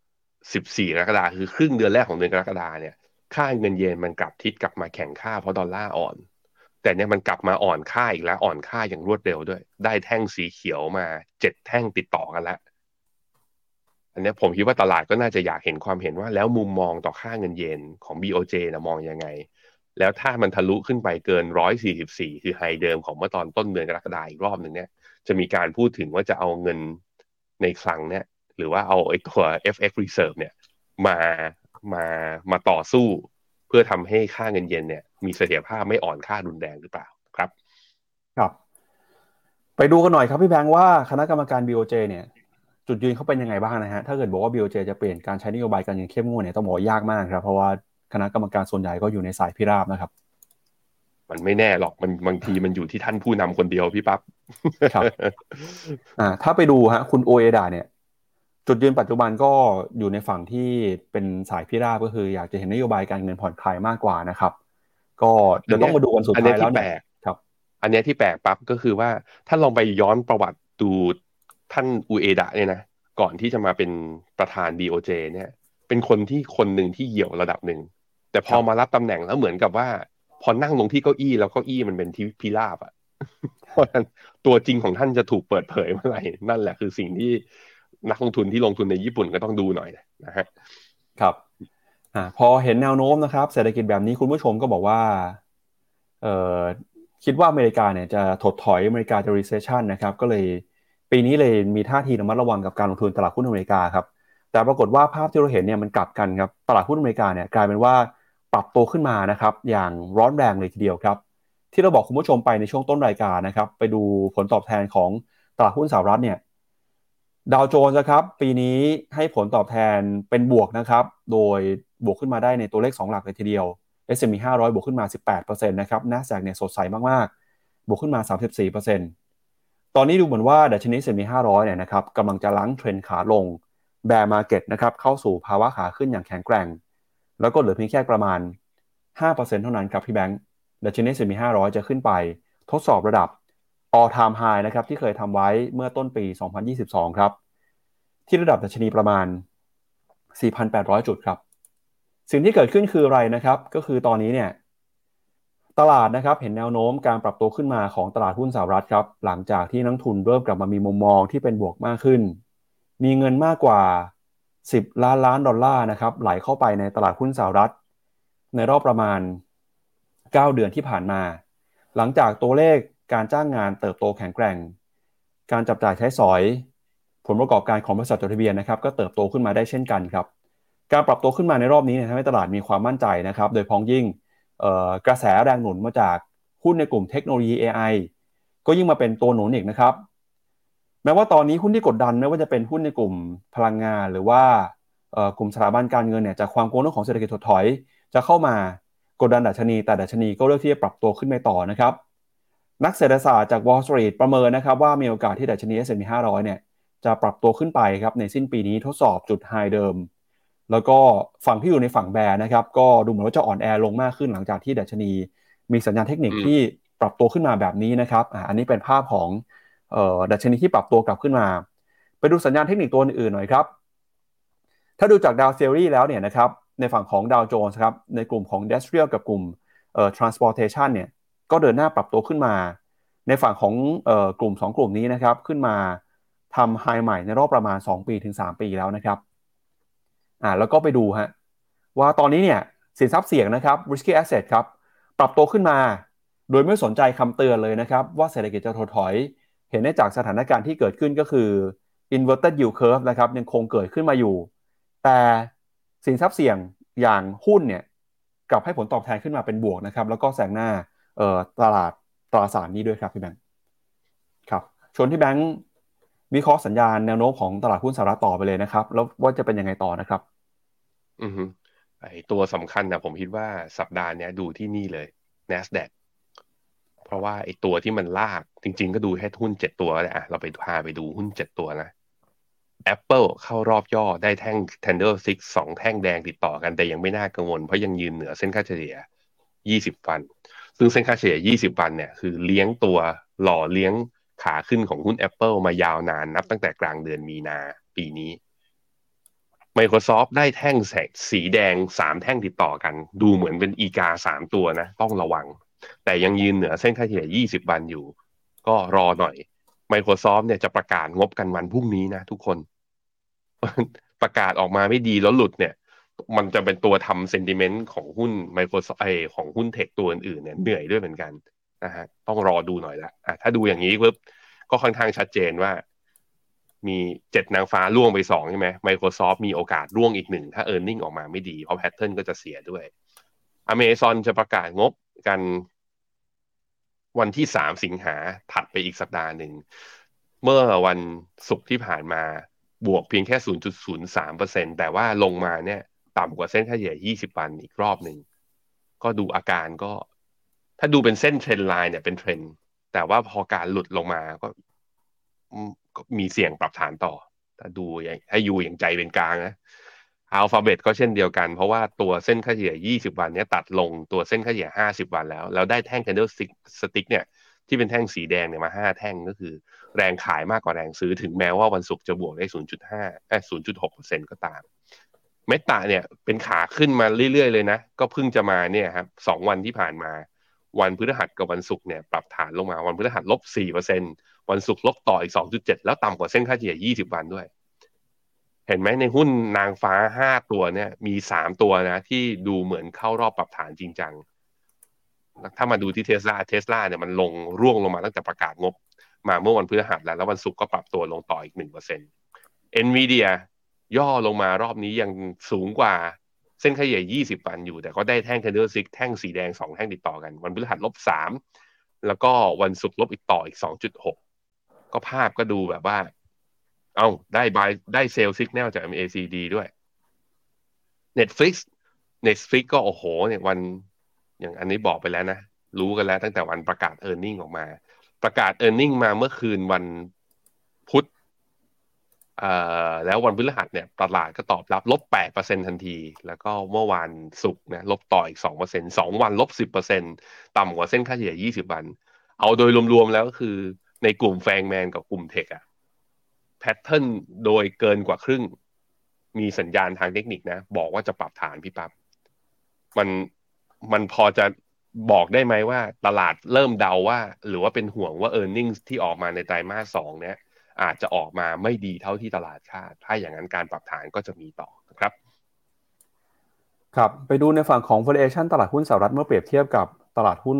14กรกฎาคือครึ่งเดือนแรกของเดือนกรกฎาเนี่ยค่าเงินเยนมันกลับทิศกลับมาแข็งค่าเพราะดอลลาร์อ่อนแต่เนี่ยมันกลับมาอ่อนค่าอีกแล้วอ่อนค่าอย่างรวดเร็วด้วยได้แท่งสีเขียวมา7แท่งติดต่อกันแล้วอันนี้ผมคิดว่าตลาดก็น่าจะอยากเห็นความเห็นว่าแล้วมุมมองต่อค่าเงินเยนของ BOJ นะมองยังไงแล้วถ้ามันทะลุขึ้นไปเกิน144คือไฮเดิมของเมื่อตอนต้นเดือนกรกฎาคมอีกรอบหนึ่งเนี่ยจะมีการพูดถึงว่าจะเอาเงินในคลังเนี่ยหรือว่าเอาไอ้ตัว FX Reserve เนี่ยมามามาต่อสู้เพื่อทำให้ค่าเงินเยนเนี่ยมีเสถียรภาพไม่อ่อนค่ารุนแรงหรือเปล่าครับครับไปดูกันหน่อยครับพี่แบงค์ว่าคณะกรรมการ BOJ เนี่ยจุดยืนเขาเป็นยังไงบ้างนะฮะถ้าเกิดบอกว่า BOJ จะเปลี่ยนการใช้นโยบายการเงินเข้มงวดเนี่ยต้องบอกยากมากครับเพราะว่าคณะกรรมการส่วนใหญ่ก็อยู่ในสายพิราบนะครับมันไม่แน่หรอกมันบางทีมันอยู่ที่ท่านผู้นำคนเดียวพี่ปั๊บครับถ้าไปดูฮะคุณโอเอดาเนี่ยจุดยืนปัจจุบันก็อยู่ในฝั่งที่เป็นสายพิราบก็คืออยากจะเห็นนโยบายการเงินผ่อนคลายมากกว่านะครับก็เดี๋ยวต้องมาดูกันสุดท้ายแล้วเนี่ยครับอันเนี้ยที่แปลกปั๊บก็คือว่าถ้าลองไปย้อนประวัติดูท่านอุเอดะเนี่ยนะก่อนที่จะมาเป็นประธาน BOJ เนี่ยเป็นคนที่คนหนึ่งที่เหี่ยวระดับหนึ่งแต่พอมารับตำแหน่งแล้วเหมือนกับว่าพอนั่งลงที่เก้าอี้แล้วเก้าอี้มันเป็นที่พิราบอ่ะเพราะฉะนั้นตัวจริงของท่านจะถูกเปิดเผยเมื่อไหร่นั่นแหละคือสิ่งที่นักลงทุนที่ลงทุนในญี่ปุ่นก็ต้องดูหน่อยนะฮะครับพอเห็นแนวโน้มนะครับเศรษฐกิจแบบนี้คุณผู้ชมก็บอกว่าเอ่อคิดว่าอเมริกาเนี่ยจะถดถอยอเมริกาจะ recession นะครับก็เลยปีนี้เลยมีท่าทีระมัดระวังกับการลงทุนตลาดหุ้นอเมริกาครับแต่ปรากฏว่าภาพที่เราเห็นเนี่ยมันกลับกันครับตลาดหุ้นอเมริกาเนี่ยกลายเป็นว่าปรับตัวขึ้นมานะครับอย่างร้อนแรงเลยทีเดียวครับที่เราบอกคุณผู้ชมไปในช่วงต้นรายการนะครับไปดูผลตอบแทนของตลาดหุ้นสหรัฐเนี่ย ดาวโจนส์นะครับปีนี้ให้ผลตอบแทนเป็นบวกนะครับโดยบวกขึ้นมาได้ในตัวเลข2หลักเลยทีเดียว S&P 500บวกขึ้นมา 18% นะครับ NASDAQ เนี่ยสดใสมากๆบวกขึ้นมา 34% ตอนนี้ดูเหมือนว่าดัชนี S&P 500เนี่ยนะครับกำลังจะล้างเทรนขาลงแบร์มาร์เก็ตนะครับเข้าสู่ภาวะขาขึ้นอย่างแข็งแกร่งแล้วก็เหลือเพียงแค่ประมาณ 5% เท่านั้นครับพี่แบงค์ดัชนี S&P 500จะขึ้นไปทดสอบระดับ all time high นะครับที่เคยทำไว้เมื่อต้นปี 2022 ครับที่ระดับดัชนีประมาณ 4,800 จุดครับสิ่งที่เกิดขึ้นคืออะไรนะครับก็คือตอนนี้เนี่ยตลาดนะครับเห็นแนวโน้มการปรับตัวขึ้นมาของตลาดหุ้นสหรัฐครับหลังจากที่นักทุนเริ่มกลับมามีมุมมองที่เป็นบวกมากขึ้นมีเงินมากกว่า10 ล้านดอลลาร์นะครับไหลเข้าไปในตลาดหุ้นสหรัฐในรอบประมาณ9 เดือนที่ผ่านมาหลังจากตัวเลขการจ้างงานเติบโตแข็งแกร่งการจับจ่ายใช้สอยผลประกอบการของบริษัทจดทะเบียนนะครับก็เติบโตขึ้นมาได้เช่นกันครับการปรับตัวขึ้นมาในรอบนี้เนี่ยทำให้ตลาดมีความมั่นใจนะครับโดยพ้องยิ่งกระแสแรงหนุนมาจากหุ้นในกลุ่มเทคโนโลยี AI ก็ยิ่งมาเป็นตัวหนุนอีกนะครับแม้ว่าตอนนี้หุ้นที่กดดันไม่ว่าจะเป็นหุ้นในกลุ่มพลังงานหรือว่ากลุ่มสถาบันการเงินเนี่ยจากความกังวลเรื่องของเศรษฐกิจถดถอยจะเข้ามากดดันดัชนีแต่ดัชนีก็เลือกที่จะปรับตัวขึ้นไปต่อนะครับนักเศรษฐศาสตร์จาก Wall Street ประเมินนะครับว่ามีโอกาสที่ดัชนี S&P 500เนี่ยจะปรับตัวขึ้นไปครับในสิ้นปีนี้ทดสอบจุดไฮเดิมแล้วก็ฝั่งที่อยู่ในฝั่งแบร์นะครับก็ดูเหมือนว่าจะอ่อนแอลงมากขึ้นหลังจากที่ดัชนีมีสัญญาณเทคนิคที่ปรับตัวขึ้นมาแบบนี้นะครับอันนี้เป็นภาพของดัชนีที่ปรับตัวกลับขึ้นมาไปดูสัญญาณเทคนิคตัวอื่นๆหน่อยครับถ้าดูจากดาวเซรีแล้วเนี่ยนะครับในฝั่งของดาวโจนส์ครับในกลุ่มของ Industrial กับกลุ่มtransportation เนี่ยก็เดินหน้าปรับตัวขึ้นมาในฝั่งของกลุ่ม2กลุ่มนี้นะครับขึ้นมาทำไฮใหม่ในรอบประมาณ2ปีถึง3ปีแล้วนะครับแล้วก็ไปดูฮะว่าตอนนี้เนี่ยสินทรัพย์เสี่ยงนะครับ risky asset ครับปรับตัวขึ้นมาโดยไม่สนใจคำเตือนเลยนะครับว่าเศรษฐกิจจะถดถอยเห็นได้จากสถานการณ์ที่เกิดขึ้นก็คือ inverted yield curve นะครับยังคงเกิดขึ้นมาอยู่แต่สินทรัพย์เสี่ยงอย่างหุ้นเนี่ยกลับให้ผลตอบแทนขึ้นมาเป็นบวกนะครับแล้วก็แซงหน้าตลาดตราสารนี้ด้วยครับพี่แบงค์ครับชวนที่แบงค์วิเคราะห์สัญญาณแนวโน้มของตลาดหุ้นสหรัฐต่อไปเลยนะครับแล้วว่าจะเป็นยังไงต่อนะครับไอตัวสำคัญนะผมคิดว่าสัปดาห์นี้ดูที่นี่เลย NASDAQ เพราะว่าไอตัวที่มันลากจริงๆก็ดูแค่หุ้น7ตัวเลยเราไปดูหุ้น7ตัวนะ Apple เข้ารอบย่อได้แท่ง Candlestick 2แท่งแดงติดต่อกันแต่ยังไม่น่ากังวลเพราะยังยืนเหนือเส้นค่าเฉลี่ย20วันซึ่งเส้นค่าเฉลี่ย20วันเนี่ยคือเลี้ยงตัวหล่อเลี้ยงขาขึ้นของหุ้น Apple มายาวนานนับตั้งแต่กลางเดือนมีนาปีนี้ Microsoft ได้แท่งแสงสีแดง3แท่งติดต่อกันดูเหมือนเป็นอีกา3ตัวนะต้องระวังแต่ยังยืนเหนือเส้นค่าเฉลี่ย20วันอยู่ก็รอหน่อย Microsoft เนี่ยจะประกาศงบกันวันพรุ่งนี้นะทุกคนประกาศออกมาไม่ดีแล้วหลุดเนี่ยมันจะเป็นตัวทำเซนติเมนต์ของหุ้น Microsoft ของหุ้นเทคตัวอื่นๆเนี่ยเหนื่อยด้วยเหมือนกันนะฮะต้องรอดูหน่อยละถ้าดูอย่างนี้ปุ๊บก็ค่อนข้างชัดเจนว่ามี7นางฟ้าร่วงไป2ใช่ไหม Microsoft มีโอกาสร่วงอีก1ถ้า earning ออกมาไม่ดีเพราะ pattern ก็จะเสียด้วย Amazon จะประกาศงบกันวันที่3สิงหาถัดไปอีกสัปดาห์หนึ่งเมื่อวันศุกร์ที่ผ่านมาบวกเพียงแค่ 0.03% แต่ว่าลงมาเนี่ยต่ำกว่าเส้นค่าเฉลี่ย20วันอีกรอบหนึ่งก็ดูอาการก็ถ้าดูเป็นเส้นเทรนไลน์เนี่ยเป็นเทรนแต่ว่าพอการหลุดลงมาก็มีเสี่ยงปรับฐานต่อถ้าดูให้อยู่อย่างใจเป็นกลางนะอัลฟาเบตก็เช่นเดียวกันเพราะว่าตัวเส้นค่าเฉลี่ย20วันนี้ตัดลงตัวเส้นค่าเฉลี่ย50วันแล้วได้แท่ง candlestick เนี่ยที่เป็นแท่งสีแดงเนี่ยมา5แท่งก็คือแรงขายมากกว่าแรงซื้อถึงแม้ว่าวันศุกร์จะบวกได้ 0.6% ก็ตามเมตาเนี่ยเป็นขาขึ้นมาเรื่อยๆเลยนะก็เพิ่งจะมาเนี่ยครับ2วันที่ผ่านมาวันพฤหัสกับวันศุกร์เนี่ยปรับฐานลงมาวันพฤหัสลบ 4% วันศุกร์ลบต่ออีก 2.7 แล้วต่ำกว่าเส้นค่าเฉลี่ย20วันด้วยเห็นไหมในหุ้นนางฟ้า5ตัวเนี่ยมี3ตัวนะที่ดูเหมือนเข้ารอบปรับฐานจริงจังถ้ามาดูที่เทสลาเนี่ยมันร่วงลงมาตั้งแต่ประกาศงบมาเมื่อวันพฤหัสแล้ววันศุกร์ก็ปรับตัวลงต่ออีก 1% Nvidia ย่อลงมารอบนี้ยังสูงกว่าเส้นค่าเฉลี่ย20วันอยู่แต่ก็ได้แท่ง candlestick แท่งสีแดง2แท่งติดต่อกันวันพฤหัสลบ3แล้วก็วันศุกร์ลบอีกต่ออีก 2.6 ก็ภาพก็ดูแบบว่าได้เซลล์ซิกแนลจาก MACD ด้วย Netflix ก็โอ้โหเนี่ยวันอย่างอันนี้บอกไปแล้วนะรู้กันแล้วตั้งแต่วันประกาศ earning ออกมาประกาศ earning มาเมื่อคืนวันพุธแล้ววันพฤหัสเนี่ยตลาดก็ตอบรับลบ 8% ทันทีแล้วก็เมื่อวานศุกร์นะลบต่ออีก 2% 2วันลบ 10% ต่ำกว่าเส้นค่าเฉลี่ย20วันเอาโดยรวมๆแล้วก็คือในกลุ่มแฟงแมนกับกลุ่มเทคแพทเทิร์นโดยเกินกว่าครึ่งมีสัญญาณทางเทคนิคนะบอกว่าจะปรับฐานพี่ปั๊บมันพอจะบอกได้ไหมว่าตลาดเริ่มเดาว่าหรือว่าเป็นห่วงว่า earnings ที่ออกมาในไตรมาส2เนี่ยอาจจะออกมาไม่ดีเท่าที่ตลาดคาดถ้าอย่างนั้นการปรับฐานก็จะมีต่อนะครับครับไปดูในฝั่งของ valuation ตลาดหุ้นสหรัฐเมื่อเปรียบเทียบกับตลาดหุ้น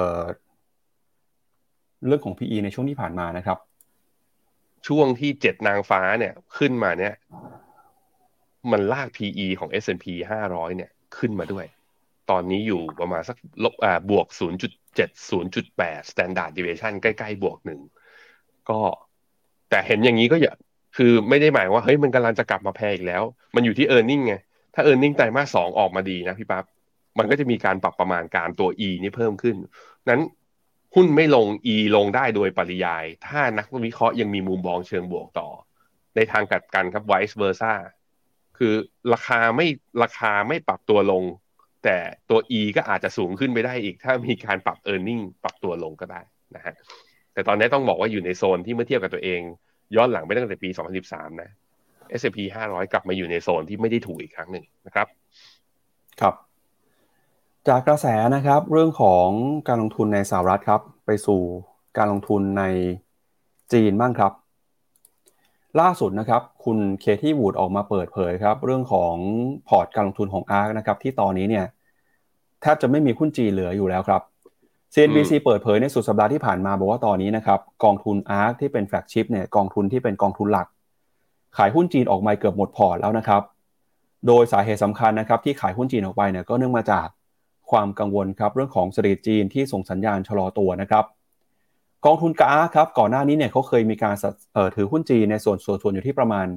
เรื่องของ PE ในช่วงที่ผ่านมานะครับช่วงที่7นางฟ้าเนี่ยขึ้นมาเนี่ยมันลาก PE ของ S&P 500เนี่ยขึ้นมาด้วยตอนนี้อยู่ประมาณสักบวก 0.7 0.8 standard deviation ใกล้ๆบวก1ก็แต่เห็นอย่างนี้ก็อย่าคือไม่ได้หมายว่าเฮ้ยมันกำลังจะกลับมาแพงอีกแล้วมันอยู่ที่ earning ไงถ้า earning ไตรมาส2ออกมาดีนะพี่ปั๊บมันก็จะมีการปรับประมาณการตัว E นี่เพิ่มขึ้นนั้นหุ้นไม่ลง E ลงได้โดยปริยายถ้านักวิเคราะห์ยังมีมุมมองเชิงบวกต่อในทางกลับกันครับ vice versa คือราคาไม่ปรับตัวลงแต่ตัว E ก็อาจจะสูงขึ้นไปได้อีกถ้ามีการปรับ earning ปรับตัวลงก็ได้นะฮะแต่ตอนนี้ต้องบอกว่าอยู่ในโซนที่เมื่อเทียบกับตัวเองย้อนหลังไปตั้งแต่ปี 2013 นะ S&P 500 กลับมาอยู่ในโซนที่ไม่ได้ถูกอีกครั้งหนึ่งนะครับครับจากกระแสนะครับเรื่องของการลงทุนในสหรัฐครับไปสู่การลงทุนในจีนบ้างครับล่าสุดนะครับคุณเคที่วูดออกมาเปิดเผยครับเรื่องของพอร์ตการลงทุนของ ARK นะครับที่ตอนนี้เนี่ยแทบจะไม่มีหุ้นจีนเหลืออยู่แล้วครับ CNBC เปิดเผยในสุดสัปดาห์ที่ผ่านมาบอกว่าตอนนี้นะครับกองทุน ARK ที่เป็นแฟลกชิพเนี่ยกองทุนที่เป็นกองทุนหลักขายหุ้นจีนออกมาเกือบหมดพอร์ตแล้วนะครับโดยสาเหตุสำคัญนะครับที่ขายหุ้นจีนออกไปเนี่ยก็เนื่องมาจากความกังวลครับเรื่องของเศรษฐกิจจีนที่ส่งสัญญาณชะลอตัวนะครับกองทุนกาครับก่อนหน้านี้เนี่ยเขาเคยมีการถือหุ้นจีนในส่วนอยู่ที่ประมาณ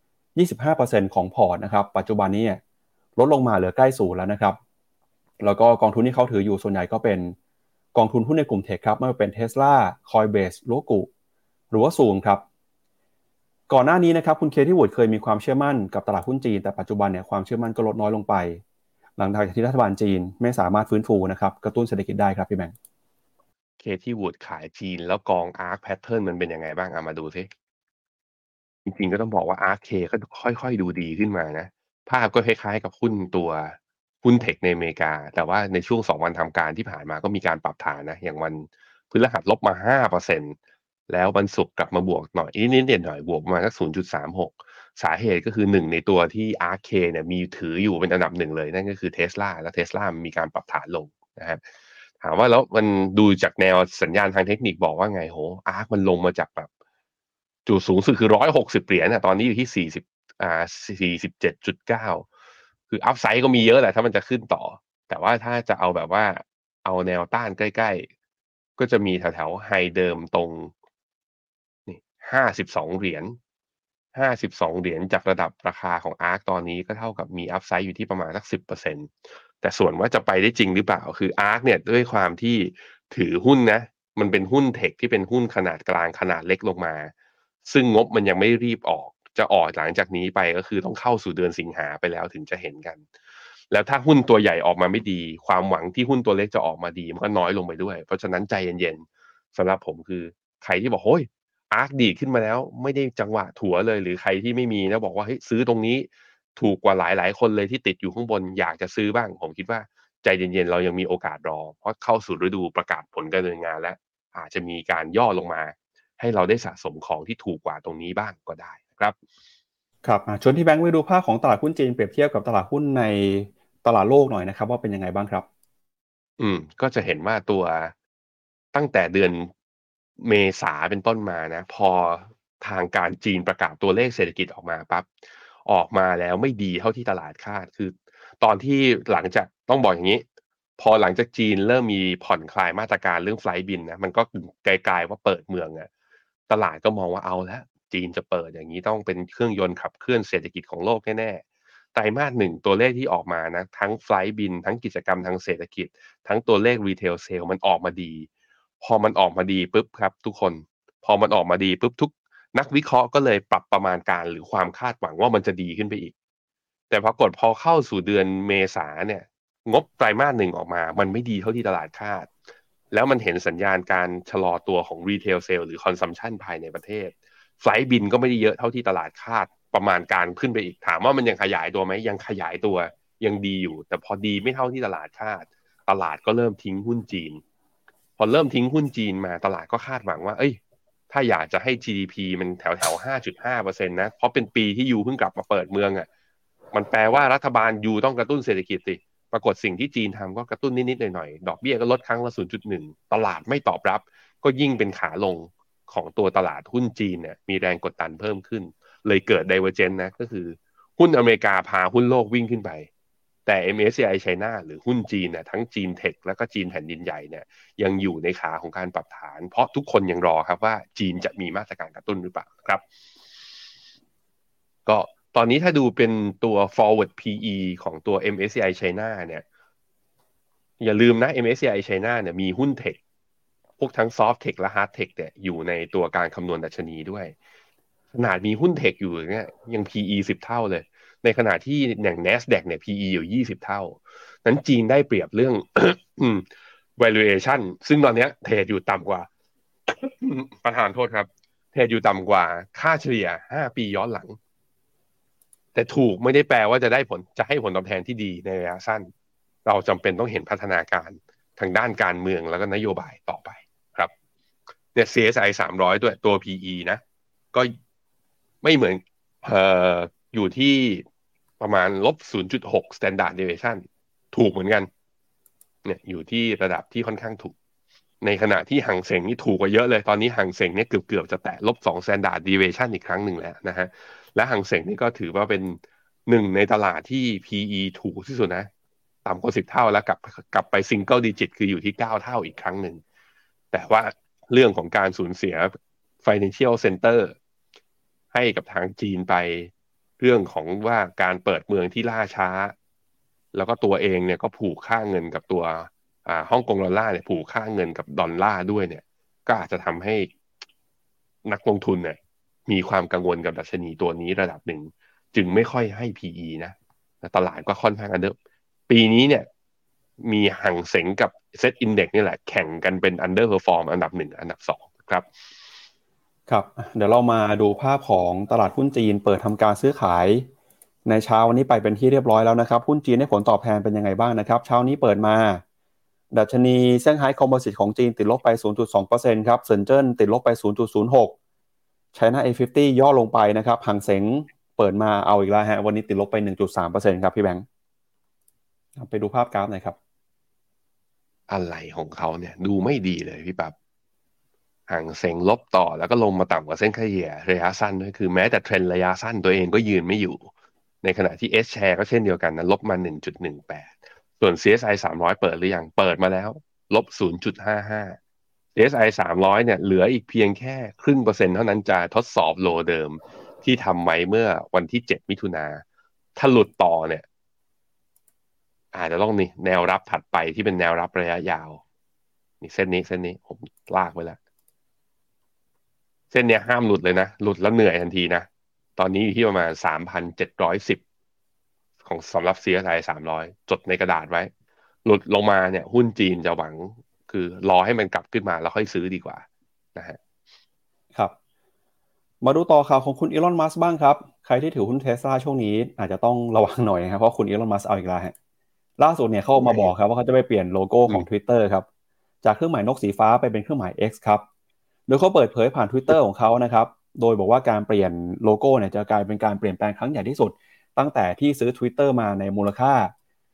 25% ของพอร์ตนะครับปัจจุบันนี้ลดลงมาเหลือใกล้ศูนย์แล้วนะครับแล้วก็กองทุนที่เขาถืออยู่ส่วนใหญ่ก็เป็นกองทุนหุ้นในกลุ่มเทคครับไม่ว่าเป็น Tesla Coinbase Roku หรือว่า Zoom ครับก่อนหน้านี้นะครับคุณเคที่วูดเคยมีความเชื่อมั่นกับตลาดหุ้นจีนแต่ปัจจุบันเนี่ยความเชื่อมั่นก็ลดน้อยลงไปหลังจากที่รัฐบาลจีนไม่สามารถฟื้นฟูนะครับกระตุ้นเศรษฐกิจได้ครับพี่แบงค์เคที่วูดขายจีนแล้วกอง ARK Pattern มันเป็นยังไงบ้างมาดูซิจริงๆก็ต้องบอกว่า ARK ก็ค่อยๆดูดีขึ้นมานะภาพก็คล้ายๆกับหุ้นเทคในอเมริกาแต่ว่าในช่วง2วันทำการที่ผ่านมาก็มีการปรับฐานนะอย่างวันพฤหัสลบมา 5% แล้ววันศุกร์กลับมาบวกหน่อยนิดๆหน่อยๆบวกประมาณสัก 0.36 สาเหตุก็คือหนึ่งในตัวที่ ARK เนี่ยมีถืออยู่เป็นอันดับหนึ่งเลยนั่นก็คือ Tesla แล้ว Tesla มีการปรับฐานลงนะครับถามว่าแล้วมันดูจากแนวสัญญาณทางเทคนิคบอกว่าไงโห ARK มันลงมาจากแบบจุดสูงสุดคือ$160ตอนนี้อยู่ที่4047.9คืออัพไซด์ก็มีเยอะแหละถ้ามันจะขึ้นต่อแต่ว่าถ้าจะเอาแบบว่าเอาแนวต้านใกล้ๆก็จะมีแถวๆไฮเดิมตรงนี่$52 52 เหรียญจากระดับราคาของ ARK ตอนนี้ก็เท่ากับมีอัพไซด์อยู่ที่ประมาณสัก10%แต่ส่วนว่าจะไปได้จริงหรือเปล่าคือ ARK เนี่ยด้วยความที่ถือหุ้นนะมันเป็นหุ้นเทคที่เป็นหุ้นขนาดกลางขนาดเล็กลงมาซึ่งงบมันยังไม่รีบออกจะออกหลังจากนี้ไปก็คือต้องเข้าสู่เดือนสิงหาไปแล้วถึงจะเห็นกันแล้วถ้าหุ้นตัวใหญ่ออกมาไม่ดีความหวังที่หุ้นตัวเล็กจะออกมาดีมันก็น้อยลงไปด้วยเพราะฉะนั้นใจเย็นๆสำหรับผมคือใครที่บอกโอ้ย ARK ดีดขึ้นมาแล้วไม่ได้จังหวะถัวเลยหรือใครที่ไม่มีแล้วบอกว่าเฮ้ยซื้อตรงนี้ถูกกว่าหลายๆคนเลยที่ติดอยู่ข้างบนอยากจะซื้อบ้างผมคิดว่าใจเย็นๆเรายังมีโอกาสรอเพราะเข้าสู่ฤดูประกาศผลการดำเนินงานและอาจจะมีการย่อลงมาให้เราได้สะสมของที่ถูกกว่าตรงนี้บ้างก็ได้นะครับครับชวนที่แบงค์ไปดูภาพของตลาดหุ้นจีนเปรียบเทียบกับตลาดหุ้นในตลาดโลกหน่อยนะครับว่าเป็นยังไงบ้างครับก็จะเห็นว่าตัวตั้งแต่เดือนเมษาเป็นต้นมานะพอทางการจีนประกาศตัวเลขเศรษฐกิจออกมาปั๊บออกมาแล้วไม่ดีเท่าที่ตลาดคาดคือตอนที่หลังจากต้องบอกอย่างนี้พอหลังจากจีนเริ่มมีผ่อนคลายมาตรการเรื่องไฟลท์บินนะมันก็ไกลๆว่าเปิดเมืองอะตลาดก็มองว่าเอาแล้วจีนจะเปิดอย่างนี้ต้องเป็นเครื่องยนต์ขับเคลื่อนเศรษฐกิจของโลกแน่ๆไตรมาสหนึ่งตัวเลขที่ออกมานะทั้งไฟลท์บินทั้งกิจกรรมทางเศรษฐกิจ ทั้งตัวเลข Retail Sale มันออกมาดีพอมันออกมาดีปุ๊บครับทุกคนพอมันออกมาดีปุ๊บทุกนักวิเคราะห์ก็เลยปรับประมาณการหรือความคาดหวังว่ามันจะดีขึ้นไปอีกแต่ปรากฏพอเข้าสู่เดือนเมษาเนี่ยงบไตรมาสหนึ่งออกมามันไม่ดีเท่าที่ตลาดคาดแล้วมันเห็นสัญญาณการชะลอตัวของ Retail Sale หรือ Consumption ภายในประเทศไฟลท์บินก็ไม่ได้เยอะเท่าที่ตลาดคาดประมาณการขึ้นไปอีกถามว่ามันยังขยายตัวไหมยังขยายตัวยังดีอยู่แต่พอดีไม่เท่าที่ตลาดคาด ตลาดก็เริ่มทิ้งหุ้นจีนพอเริ่มทิ้งหุ้นจีนมาตลาดก็คาดหวังว่าเอ้ยถ้าอยากจะให้ GDP มันแถว5.5%นะเพราะเป็นปีที่ยูเพิ่งกลับมาเปิดเมืองอ่ะมันแปลว่ารัฐบาลยูต้องกระตุ้นเศรษฐกิจสิปรากฏสิ่งที่จีนทำก็กระตุ้นนิดๆหน่อยๆดอกเบี้ยก็ลดครั้งละ 0.1 ตลาดไม่ตอบรับก็ยิ่งเป็นขาลงของตัวตลาดหุ้นจีนเนี่ยมีแรงกดดันเพิ่มขึ้นเลยเกิด Divergence นะก็คือหุ้นอเมริกาพาหุ้นโลกวิ่งขึ้นไปแต่ MSCI China หรือหุ้นจีนเนี่ยทั้งจีนเทคแล้วก็จีนแผ่นดินใหญ่เนี่ยยังอยู่ในขาของการปรับฐานเพราะทุกคนยังรอครับว่าจีนจะมีมาตรการกระตุ้นหรือเปล่าครับก็ตอนนี้ถ้าดูเป็นตัว forward PE ของตัว MSCI China เนี่ยอย่าลืมนะ MSCI China เนี่ยมีหุ้นเทคพวกทั้ง soft tech และ hard tech เนี่ยอยู่ในตัวการคำนวณดัชนีด้วยขนาดมีหุ้นเทคอยู่อย่างเงี้ยยัง PE 10 เท่าเลยในขณะที่อย่าง NASDAQ เนี่ย PE อยู่20 เท่านั้นจีนได้เปรียบเรื่อง valuation ซึ่งตอนเนี้ยเทรดอยู่ต่ำกว่า ประธานโทษครับเทรดอยู่ต่ำกว่าค่าเฉลี่ย5 ปีย้อนหลังแต่ถูกไม่ได้แปลว่าจะให้ผลตอบแทนที่ดีในระยะสั้นเราจำเป็นต้องเห็นพัฒนาการทางด้านการเมืองแล้วก็นโยบายต่อไปครับเนี่ย CSI 300ด้วยตัว PE นะก็ไม่เหมือนเอ่ออยู่ที่ประมาณ-0.6 standard deviation ถูกเหมือนกันเนี่ยอยู่ที่ระดับที่ค่อนข้างถูกในขณะที่หังเส็งนี่ถูกกว่าเยอะเลยตอนนี้หังเส็งเนี่ยเกือบจะแตะ-2 standard deviation อีกครั้งหนึ่งแล้วนะฮะและหังเส็งนี่ก็ถือว่าเป็นหนึ่งในตลาดที่ PE ถูกที่สุดนะต่ำกว่า10 เท่าแล้วกลับไป single digit คืออยู่ที่9 เท่าอีกครั้งหนึ่งแต่ว่าเรื่องของการสูญเสีย financial center ให้กับทางจีนไปเรื่องของว่าการเปิดเมืองที่ล่าช้าแล้วก็ตัวเองเนี่ยก็ผูกค่าเงินกับตัวฮ่องกงดอลลาร์เนี่ยผูกค่าเงินกับดอลลาร์ด้วยเนี่ยก็อาจจะทำให้นักลงทุนเนี่ยมีความกังวลกับดัชนีตัวนี้ระดับหนึ่งจึงไม่ค่อยให้ PE นะตลาดก็ค่อนข้างอันเดอร์ปีนี้เนี่ยมีหังเส็งกับเซ็ตอินเด็กซ์นี่แหละแข่งกันเป็นอันเดอร์เพอร์ฟอร์มอันดับ1อันดับ2ครับครับเดี๋ยวเรามาดูภาพของตลาดหุ้นจีนเปิดทำการซื้อขายในเช้าวันนี้ไปเป็นที่เรียบร้อยแล้วนะครับหุ้นจีนได้ผลตอบแทนเป็นยังไงบ้างนะครับเช้านี้เปิดมาดัชนีเซี่ยงไฮ้คอมโพสิตของจีนติดลบไป 0.2% ครับเซินเจิ้นติดลบไป 0.06 China A50 ย่อลงไปนะครับหางเส็งเปิดมาเอาอีกแล้วฮะวันนี้ติดลบไป 1.3% ครับพี่แบงค์ไปดูภาพกราฟหน่อยครับอะไรของเขาเนี่ยดูไม่ดีเลยพี่ปั๊บ ห่างเส็งลบต่อแล้วก็ลงมาต่ำกว่าเส้นเฉลี่ยระยะสั้นด้วยคือแม้แต่เทรนด์ระยะสั้นตัวเองก็ยืนไม่อยู่ในขณะที่ S-share ก็เช่นเดียวกันนะลบมา 1.18 ส่วน CSI 300เปิดหรือยังเปิดมาแล้วลบ 0.55 CSI 300เนี่ยเหลืออีกเพียงแค่0.5%เท่านั้นจะทดสอบโลเดิมที่ทำไว้เมื่อวันที่7มิถุนาถ้าหลุดต่อเนี่ยอาจจะต้องนี่แนวรับถัดไปที่เป็นแนวรับระยะยาวนี่เส้นนี้ผมลากไว้แล้ว เส้นเนี้ยห้ามหลุดเลยนะหลุดแล้วเหนื่อยทันทีนะตอนนี้อยู่ที่ประมาณ3,710ของสำหรับ CSI 300จดในกระดาษไว้หลุดลงมาเนี่ยหุ้นจีนจะหวังคือรอให้มันกลับขึ้นมาแล้วค่อยซื้อดีกว่านะฮะครับมาดูต่อข่าวของคุณอีลอนมัสก์บ้างครับใครที่ถือหุ้นเทสลาช่วงนี้อาจจะต้องระวังหน่อยนะครับเพราะคุณอีลอนมัสก์เอาอีกแล้วฮะล่าสุดเนี่ยเขามาบอกครับว่าเขาจะไปเปลี่ยนโลโก้ของ Twitter ครับจากเครื่องหมายนกสีฟ้าไปเป็นเครื่องหมาย X ครับโดยเขาเปิดเผยผ่าน Twitter ของเขานะครับโดยบอกว่าการเปลี่ยนโลโก้เนี่ยจะกลายเป็นการเปลี่ยนแปลงครั้งใหญ่ที่สุดตั้งแต่ที่ซื้อ Twitter มาในมูลค่า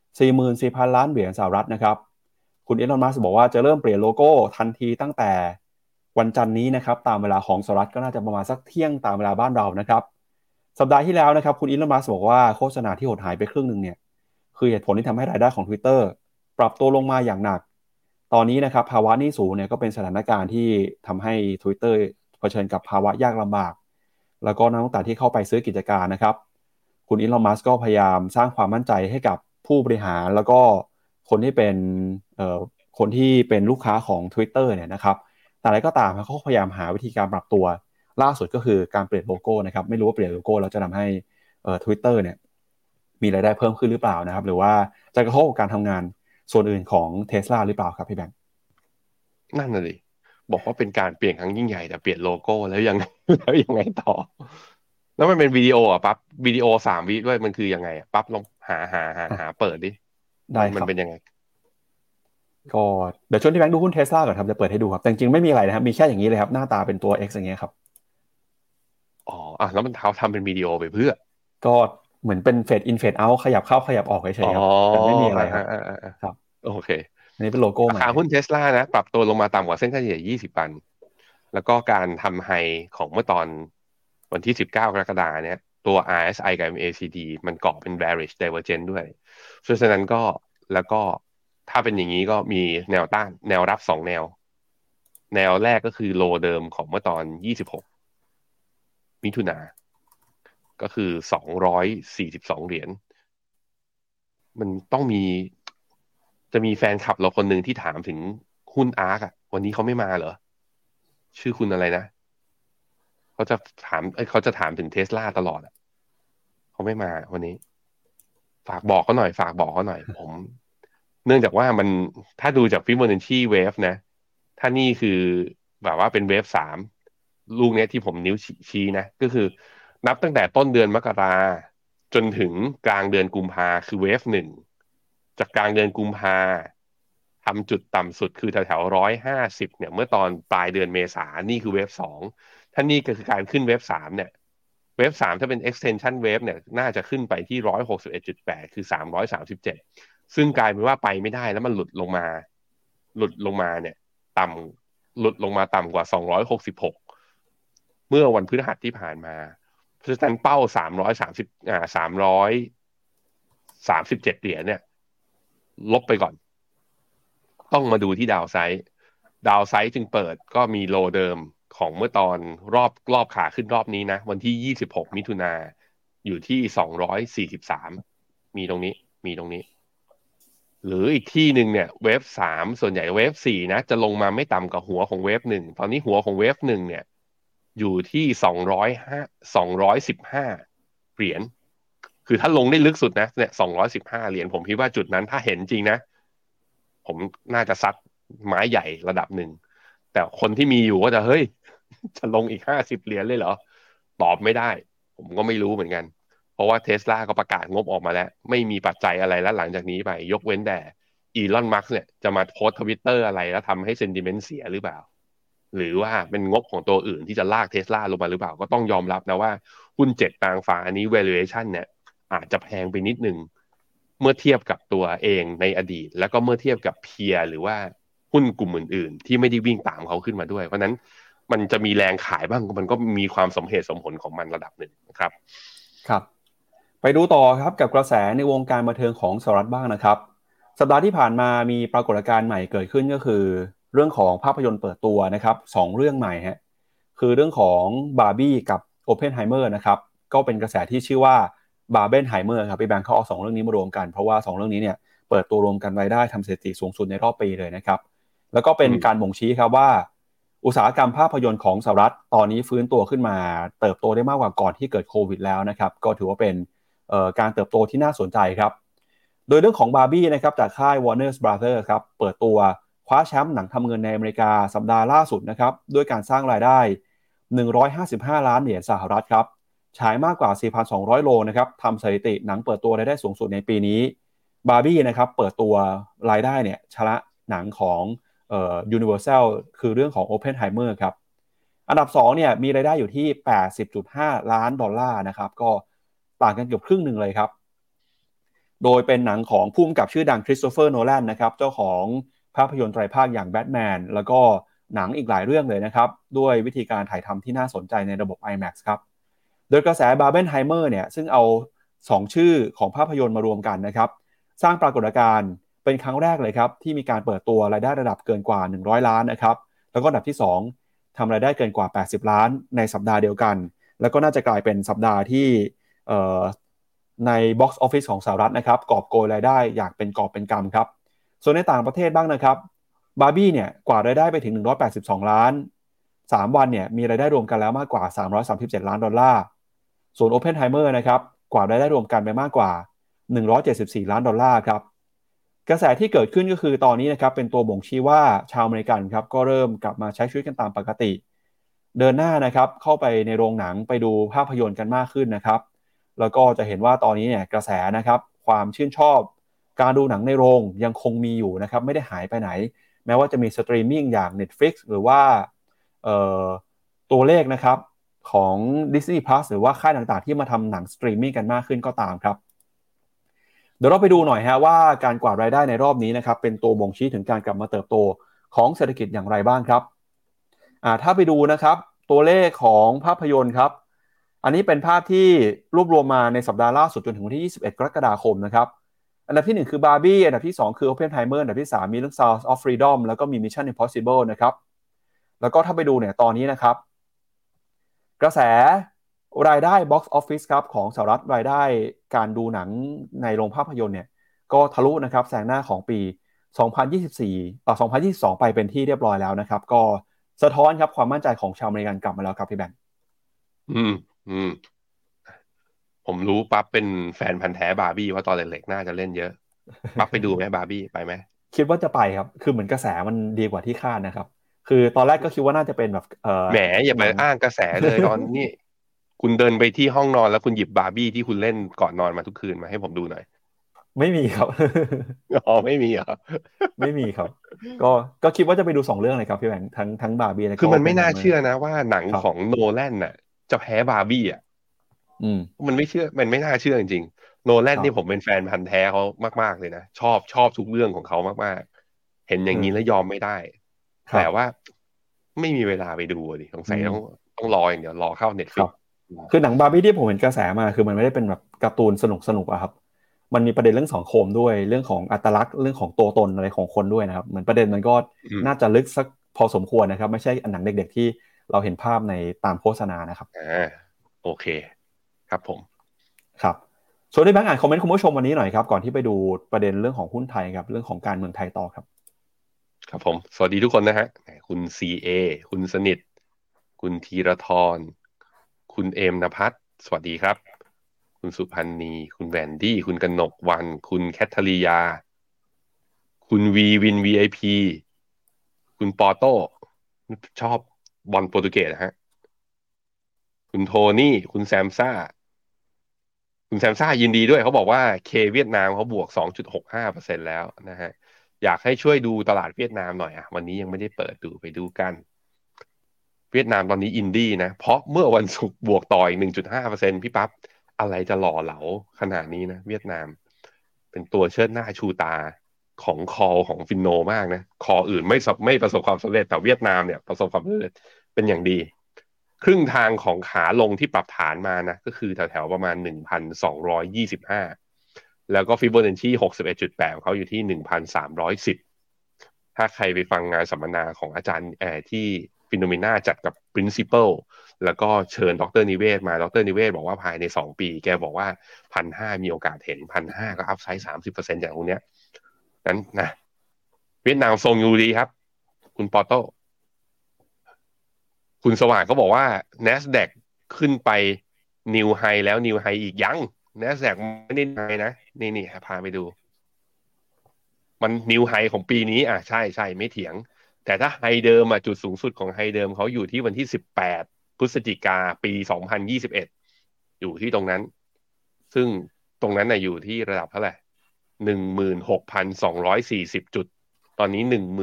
44,000 ล้านเหรียญสหรัฐนะครับคุณอีลอนมัสก์บอกว่าจะเริ่มเปลี่ยนโลโก้ทันทีตั้งแต่วันจันทร์นี้นะครับตามเวลาของสหรัฐก็น่าจะประมาณสักเที่ยงตามเวลาบ้านเรานะครับสัปดาห์ที่แล้วนะครับคุณอีลอนมัสก์บอกว่าโฆษณาที่หดหายไปครึ่งหนึ่งเนี่ยคือเหตุผลที่ทำให้รายได้ของ Twitter ปรับตัวลงมาอย่างหนักตอนนี้นะครับภาวะหนี้สูงเนี่ยก็เป็นสถานการณ์ที่ทำให้ Twitter เผชิญกับภาวะยากลำบากแล้วก็นักลงทุนที่เข้าไปซื้อกิจการนะครับคุณอีลอนมัสก์ก็พยายามสร้างความมั่นใจให้กับผู้บริหารแล้วก็คนที่เป็นเอ่อคนที่เป็นลูกค้าของ Twitter เนี่ยนะครับแต่อะไรก็ตามเขาพยายามหาวิธีการปรับตัวล่าสุดก็คือการเปลี่ยนโลโก้นะครับไม่รู้ว่าเปลี่ยนโลโก้แล้วจะทำให้Twitter เนี่ยมีรายได้เพิ่มขึ้นหรือเปล่านะครับหรือว่าจะกระทบกับการทำงานส่วนอื่นของ Tesla หรือเปล่าครับพี่แบงค์นั่นน่ะดิบอกว่าเป็นการเปลี่ยนครั้งยิ่งใหญ่แต่เปลี่ยนโลโก้แล้วยังแล้วยังไงต่อแล้วมันเป็นวิดีโออ่ะปั๊บวิดีโอ3 วิด้วยมันคือยังไงอ่ะปั๊บลองหาเปิดดิได้ครับมันเป็นยังไงก็เดี๋ยวชวนที่แบงค์ดูหุ้น Tesla ก่อนครับจะเปิดให้ดูครับแต่จริงๆไม่มีอะไรนะครับมีแค่อย่างนี้เลยครับหน้าตาเป็นตัว X อย่างเงี้ยครับอ๋อแล้วมันทำเป็นวิดีโอไปเพื่อก็เหมือนเป็นเฟดอินเฟดเอาท์ขยับเข้าขยับออกเฉอ๋อยๆครับแต่ไม่มีอะไรครับครับโอเคอันนี้เป็นโลโก้ใหม่ราคาหุ้นเทสลานะปรับตัวลงมาต่ำกว่าเส้นเฉลี่ย20 วันแล้วก็การทำไฮของเมื่อตอนวันที่19กรกฎาเนี่ยตัว RSI กับ MACD มันเกาะเป็น bearish divergence ด้วยเพราะฉะนั้นก็แล้วก็ถ้าเป็นอย่างนี้ก็มีแนวต้านแนวรับ2 แนวแนวแรกก็คือโลเดิมของเมื่อตอน26มิถุนาก็คือ242 เหรียญมันต้องมีจะมีแฟนคลับเราคนหนึ่งที่ถามถึงหุ้นอาร์คอะวันนี้เขาไม่มาเหรอชื่อคุณอะไรนะเขาจะถามถึง Tesla ตลอดเขาไม่มาวันนี้ฝากบอกเขาหน่อยผมเนื่องจากว่ามันถ้าดูจากฟิโบนัชชีเวฟนะถ้านี่คือแบบว่าเป็นเวฟ3ลูกเนี้ยที่ผมนิ้วชี้นะก็คือนับตั้งแต่ต้นเดือนมกราจนถึงกลางเดือนกุมภาคือเวฟ1จากกลางเดือนกุมภาทำจุดต่ำสุดคือแถว150เนี่ยเมื่อตอนปลายเดือนเมษานี่คือเวฟ2ถ้านี่ก็คือการขึ้นเวฟ3เนี่ยเวฟ3ถ้าเป็น extension wave เนี่ยน่าจะขึ้นไปที่161.8คือ337ซึ่งกลายเป็นว่าไปไม่ได้แล้วมันหลุดลงมาเนี่ยหลุดลงมาต่ำกว่า266เมื่อวันพฤหัสที่ผ่านมาเพราะฉะนั้นเป้า337เหรียญเนี่ยลบไปก่อนต้องมาดูที่ดาวไซด์จึงเปิดก็มีโลเดิมของเมื่อตอนรอบขาขึ้นรอบนี้นะวันที่26มิถุนาอยู่ที่243มีตรงนี้หรืออีกที่หนึ่งเนี่ยเวฟ3ส่วนใหญ่เวฟ4นะจะลงมาไม่ต่ำกว่าหัวของเวฟ1ตอนนี้หัวของเวฟ1เนี่ยอยู่ที่215เหรียญคือถ้าลงได้ลึกสุดนะเนี่ย215เหรียญผมคิดว่าจุดนั้นถ้าเห็นจริงนะผมน่าจะซัดไม้ใหญ่ระดับหนึ่งแต่คนที่มีอยู่ก็จะเฮ้ยจะลงอีก50เหรียญเลยเหรอตอบไม่ได้ผมก็ไม่รู้เหมือนกันเพราะว่า Tesla ก็ประกาศงบออกมาแล้วไม่มีปัจจัยอะไรแล้วหลังจากนี้ไปยกเว้นแต่อีลอนมัสก์เนี่ยจะมาโพสต์ Twitter อะไรแล้วทำให้เซนติเมนต์เสียหรือเปล่าหรือว่าเป็นงบของตัวอื่นที่จะลาก Tesla ลงมาหรือเปล่าก็ต้องยอมรับนะว่าหุ้น7นางฟ้าอันนี้ valuation เนี่ยอาจจะแพงไปนิดนึงเมื่อเทียบกับตัวเองในอดีตแล้วก็เมื่อเทียบกับเพียร์หรือว่าหุ้นกลุ่มอื่นๆที่ไม่ได้วิ่งตามเขาขึ้นมาด้วยเพราะนั้นมันจะมีแรงขายบ้างมันก็มีความสมเหตุสมผลของมันระดับหนึ่งนะครับครับไปดูต่อครับกับกระแสในวงการบันเทิงของสหรัฐบ้างนะครับสัปดาห์ที่ผ่านมามีปรากฏการณ์ใหม่เกิดขึ้นก็คือเรื่องของภาพยนตร์เปิดตัวนะครับ2เรื่องใหม่ฮะคือเรื่องของบาร์บี้กับโอเพนไฮเมอร์นะครับก็เป็นกระแสที่ชื่อว่าบาร์เบนไฮเมอร์ครับพี่แบงค์เขาเอา2เรื่องนี้มารวมกันเพราะว่า2เรื่องนี้เนี่ยเปิดตัวรวมกันรายได้ทำสถิติสูงสุดในรอบปีเลยนะครับแล้วก็เป็นการบ่งชี้ครับว่าอุตสาหกรรมภาพยนตร์ของสหรัฐตอนนี้ฟื้นตัวขึ้นมาเติบโตได้มากกว่าก่อนที่เกิดโควิดแล้วนะครับก็ถือว่าเป็นการเติบโตที่น่าสนใจครับโดยเรื่องของบาร์บี้นะครับจากค่าย Warner Brothers ครับเปิดตัวคว้าแชมป์หนังทำเงินในอเมริกาสัปดาห์ล่าสุดนะครับด้วยการสร้างรายได้155ล้านเหรียญสหรัฐครับฉายมากกว่า 4,200 โลนะครับทำสถิติหนังเปิดตัวรายได้สูงสุดในปีนี้บาร์บี้นะครับเปิดตัวรายได้เนี่ยชนะหนังของUniversal คือเรื่องของ Oppenheimer ครับอันดับ2เนี่ยมีรายได้อยู่ที่ $80.5 ล้านนะครับก็ต่างกันเกือบครึ่งหนึ่งเลยครับโดยเป็นหนังของผู้กำกับชื่อดังคริสโตเฟอร์โนแลนนะครับเจ้าของภาพยนตร์ไตรภาคอย่างแบทแมนแล้วก็หนังอีกหลายเรื่องเลยนะครับด้วยวิธีการถ่ายทำที่น่าสนใจในระบบ IMAX ครับโดยกระแสบาร์เบนไฮเมอร์เนี่ยซึ่งเอา2ชื่อของภาพยนตร์มารวมกันนะครับสร้างปรากฏการณ์เป็นครั้งแรกเลยครับที่มีการเปิดตัวรายได้ระดับเกินกว่า100ล้านนะครับแล้วก็อันดับที่2ทำรายได้เกินกว่า80ล้านในสัปดาห์เดียวกันแล้วก็น่าจะกลายเป็นสัปดาห์ที่ใน Box Office ของสหรัฐนะครับกอบโกยรายได้อย่างเป็นกอบเป็นกำครับส่วนในต่างประเทศบ้างนะครับบาร์บี้เนี่ยกวาดรายได้ไปถึง182ล้าน3วันเนี่ยมีรายได้รวมกันแล้วมากกว่า$337ล้านส่วน Oppenheimer นะครับกวาดรายได้รวมกันไปมากกว่า$174ล้านครับกระแสที่เกิดขึ้นก็คือตอนนี้นะครับเป็นตัวบ่งชี้ว่าชาวอเมริกันครับก็เริ่มกลับมาใช้ชีวิตกันตามปกติเดินหน้านะครับเข้าไปในโรงหนังไปดูภาพยนตร์กันมากขึ้นนะครับแล้วก็จะเห็นว่าตอนนี้เนี่ยกระแสนะครับความชื่นชอบการดูหนังในโรงยังคงมีอยู่นะครับไม่ได้หายไปไหนแม้ว่าจะมีสตรีมมิ่งอย่าง Netflix หรือว่าตัวเลขนะครับของ Disney Plus หรือว่าค่ายต่างๆที่มาทำหนังสตรีมมิ่งกันมากขึ้นก็ตามครับเดี๋ยวเราไปดูหน่อยฮะว่าการกวาดรายได้ในรอบนี้นะครับเป็นตัวบ่งชี้ถึงการกลับมาเติบโตของเศรษฐกิจอย่างไรบ้างครับถ้าไปดูนะครับตัวเลขของภาพยนตร์ครับอันนี้เป็นภาพที่รวบรวมมาในสัปดาห์ล่าสุดจนถึงวันที่21กรกฎาคมนะครับอันดับที่1คือบาร์บี้อันดับที่2คือ Oppenheimer อันดับที่3มีเรื่อง Sound of Freedom แล้วก็มี Mission Impossible นะครับแล้วก็ถ้าไปดูเนี่ยตอนนี้นะครับกระแสรายได้ Box Office ครับของสหรัฐรายได้การดูหนังในโรงภาพยนตร์เนี่ยก็ทะลุนะครับแซงหน้าของปี2022ไปเป็นที่เรียบร้อยแล้วนะครับก็สะท้อนครับความมั่นใจของชาวอเมริกันกลับมาแล้วครับพี่แบงค์อืมอืมผมรู้ปั๊บเป็นแฟนพันธุ์แท้บาร์บี้เพราะตอนเล็กๆน่าจะเล่นเยอะปั๊บไปดูไหมบาร์บี้ไปไหมคิดว่าจะไปครับคือเหมือนกระแสมันดีกว่าที่คาดนะครับคือตอนแรกก็คิดว่าน่าจะเป็นแบบแหมอย่าไปหนังอ้างกระแสเลยตอนนี้คุณเดินไปที่ห้องนอนแล้วคุณหยิบบาร์บี้ที่คุณเล่นก่อนนอนมาทุกคืนมาให้ผมดูหน่อยไม่มีครับอ๋อไม่มีเหรอไม่มีครับก็ก็คิดว่าจะไปดูสองเรื่องเลยครับพี่แบงค์ทั้งบาร์บี้แล้วก็คือมันไม่น่าโอปเพนไฮเมอร์เชื่อนะว่าหนังครับของโนแลนน่ะจะแพ้บาร์บี้อ่ะอืมมันไม่เชื่อมันไม่น่าเชื่อจริงๆโนแลนครับนี่ผมเป็นแฟนพันธุ์แท้เขามากๆเลยนะชอบทุกเรื่องของเขามากๆเห็นอย่างนี้แล้วยอมไม่ได้ครับแต่ว่าไม่มีเวลาไปดูดิสงอืสัยต้องมต้องรออย่างเดียวรอเข้าเน็ตฟลิกครับคือหนังบาร์บี้ที่ผมเห็นกระแสมาคือมันไม่ได้เป็นแบบการ์ตูนสนุกอะครับมันมีประเด็นเรื่องสังคมด้วยเรื่องของอัตลักษณ์เรื่องของตัวตนอะไรของคนด้วยนะครับเหมือนประเด็นมันก็อืมน่าจะลึกสักพอสมควรนะครับไม่ใช่หนังเด็กๆที่เราเห็นภาพในตามโฆษณานะครับอ่าโอเคครับผมครับส่วนที่แบงค์อ่านคอมเมนต์คุณผู้ชมวันนี้หน่อยครับก่อนที่ไปดูประเด็นเรื่องของหุ้นไทยครับเรื่องของการเมืองไทยต่อครับครับผมสวัสดีทุกคนนะฮะคุณซีเอคุณสนิทคุณธีรทรคุณเอมนภัสสวัสดีครับคุณสุพันธ์นีคุณแวนดี้คุณกนกวันคุณแคทเธอรียาคุณวีวินวีไอพีคุณปอโต้ชอบบอลโปรตุเกสนะฮะคุณโทนี่คุณแซมซ่าคุณแซมซ่ายินดีด้วยเขาบอกว่าเคเวียดนามเขาบวก2.65%แล้วนะฮะอยากให้ช่วยดูตลาดเวียดนามหน่อยอ่ะวันนี้ยังไม่ได้เปิดดูไปดูกัน เวียดนามตอนนี้อินดี้นะเพราะเมื่อวันศุกร์บวกต่ออีก1.5%พี่ปั๊บอะไรจะหล่อเหลาขนาดนี้นะเวียดนามเป็นตัวเชิดหน้าชูตาของคอของฟินโนมากนะคออื่นไม่ประสบความสำเร็จแต่เวียดนามเนี่ยประสบความสำเร็จเป็นอย่างดีครึ่งทางของขาลงที่ปรับฐานมานะก็คือแถวๆประมาณ1,225แล้วก็ฟิโบนัชชี61.8ของเขาอยู่ที่1,310ถ้าใครไปฟังงานสัมมนาของอาจารย์ที่ฟิโนเมนาจัดกับ Principal แล้วก็เชิญดรนิเวศมาดรนิเวศบอกว่าภายใน2 ปีแกบอกว่า1,500มีโอกาสเห็น1,500ก็อัพไซด์30%อย่างตรงเนี้ยนั้นนะเวียดนามทรงอยู่ดีครับคุณปอโต้คุณสว่างก็บอกว่า NASDAQ ขึ้นไปนิวไฮแล้วนิวไฮอีกยัง NASDAQ ไม่ได้ไฮนะนี่พาไปดูมันนิวไฮของปีนี้ใช่ไม่เถียงแต่ถ้าไฮเดิมจุดสูงสุดของไฮเดิมเขาอยู่ที่วันที่18 พฤศจิกาปี2021อยู่ที่ตรงนั้นซึ่งตรงนั้นอยู่ที่ระดับเท่าไหร่16,240 จุดตอนนี้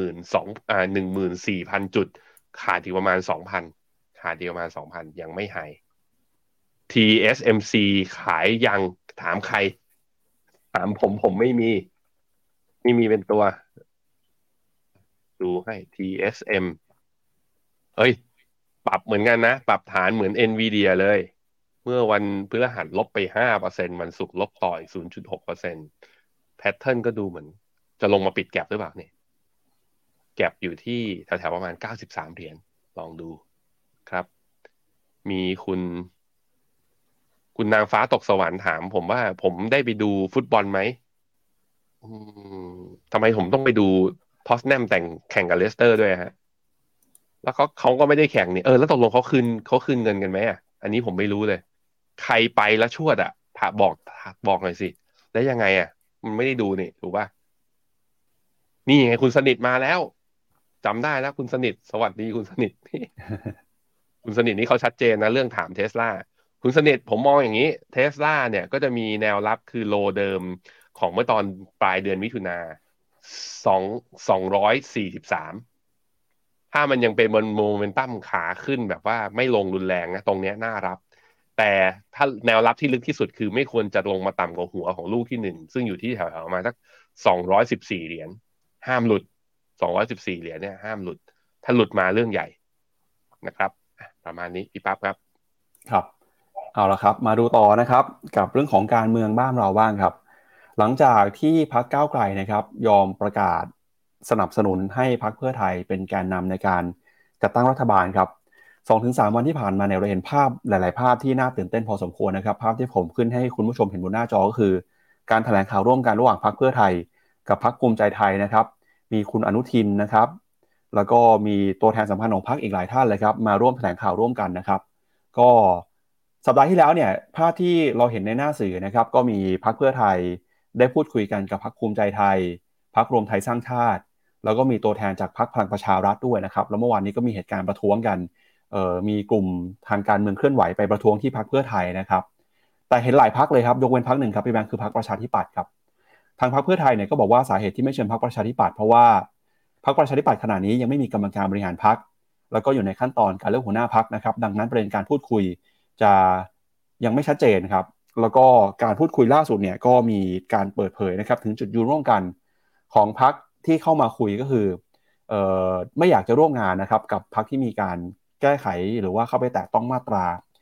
14,000 จุดขาดอีกประมาณ2,000ขาดอีกประมาณ2,000ยังไม่ไฮ TSMC ขายยังถามใครถามผมไม่มีเป็นตัวดูให้ TSM เฮ้ยปรับเหมือนกันนะปรับฐานเหมือน Nvidia เลยเมื่อวันพฤหัสลบไป5%วันศุกร์ลบต่ออีก0.6%แพทเทิร์นก็ดูเหมือนจะลงมาปิดแก็ปหรือเปล่าเนี่ยแก็ปอยู่ที่แถวๆประมาณ93 เหรียญลองดูครับมีคุณนางฟ้าตกสวรรค์ถามผมว่าผมได้ไปดูฟุตบอลไหมอืทำไมผมต้องไปดูท็อตแนมแต่งแข่งกับเลสเตอร์ด้วยฮะ แล้วเขาก็ไม่ได้แข่งนี่แล้วตกลงเขาคืนเงินกันไหมอันนี้ผมไม่รู้เลยใครไปแล้วชวดถามบอกหน่อยสิแล้วยังไงมันไม่ได้ดูนี่ถูกป่ะนี่ไงคุณสนิทมาแล้วจำได้แล้วคุณสนิทสวัสดีคุณสนิทคุณสนิทนี่เขาชัดเจนนะเรื่องถามเทสลาคุณสนิทผมมองอย่างนี้เทสลาเนี่ยก็จะมีแนวรับคือโลเดิมของเมื่อตอนปลายเดือนมิถุนา243 ถ้ามันยังเป็นโมเมนตัมขาขึ้นแบบว่าไม่ลงรุนแรงนะตรงเนี้ยน่ารับแต่ถ้าแนวรับที่ลึกที่สุดคือไม่ควรจะลงมาต่ำกว่าหัวของลูกที่1ซึ่งอยู่ที่แถวๆประมาณสัก214 เหรียญห้ามหลุด214 เหรียญเนี่ยห้ามหลุดถ้าหลุดมาเรื่องใหญ่นะครับประมาณนี้พี่ปั๊บครับครับเอาละครับมาดูต่อนะครับกับเรื่องของการเมืองบ้านเราบ้างครับหลังจากที่พรรคก้าวไกลนะครับยอมประกาศสนับสนุนให้พรรคเพื่อไทยเป็นแกนนำในการจัดตั้งรัฐบาลครับ2-3 วันที่ผ่านมาเนี่ยเราเห็นภาพหลายๆภาพที่น่าตื่นเต้นพอสมควรนะครับภาพที่ผมขึ้นให้คุณผู้ชมเห็นบนหน้าจอก็คือการแถลงข่าวร่วมกันระหว่างพรรคเพื่อไทยกับพรรคภูมิใจไทยนะครับมีคุณอนุทินนะครับแล้วก็มีตัวแทนสำคัญของพรรคอีกหลายท่านเลยครับมาร่วมแถลงข่าวร่วมกันนะครับ ก็สัปดาห์ที่แล้วเนี่ยภาพที่เราเห็นในหน้าสื่อนะครับก็มีพรรคเพื่อไทยได้พูดคุยกันกับพรรคภูมิใจไทยพรรครวมไทยสร้างชาติแล้วก็มีตัวแทนจากพรรคพลังประชารัฐด้วยนะครับแล้วเมื่อวานนี้ก็มีเหตุการณ์ประท้วงกันมีกลุ่มทางการเมืองเคลื่อนไหวไปประท้วงที่พรรคเพื่อไทยนะครับแต่เห็นหลายพรรคเลยครับยกเว้นพรรคหนึ่งครับพี่แบงค์คือพรรคประชาธิปัตย์ครับทางพรรคเพื่อไทยเนี่ยก็บอกว่าสาเหตุที่ไม่เชิญพรรคประชาธิปัตย์เพราะว่าพรรคประชาธิปัตย์ขณะนี้ยังไม่มีกรรมการบริหารพรรคแล้วก็อยู่ในขั้นตอนการเลือกหัวหน้าพรรคนะครับดังนั้นประเด็นการพูดคุยจะยังไม่ชัดเจนครับแล้วก็การพูดคุยล่าสุดเนี่ยก็มีการเปิดเผยนะครับถึงจุดยืนร่วมกันของพรรคที่เข้ามาคุยก็คือไม่อยากจะร่วมงานนะครับกับพรรคที่มีการแก้ไขหรือว่าเข้าไปแตะต้องมาตรา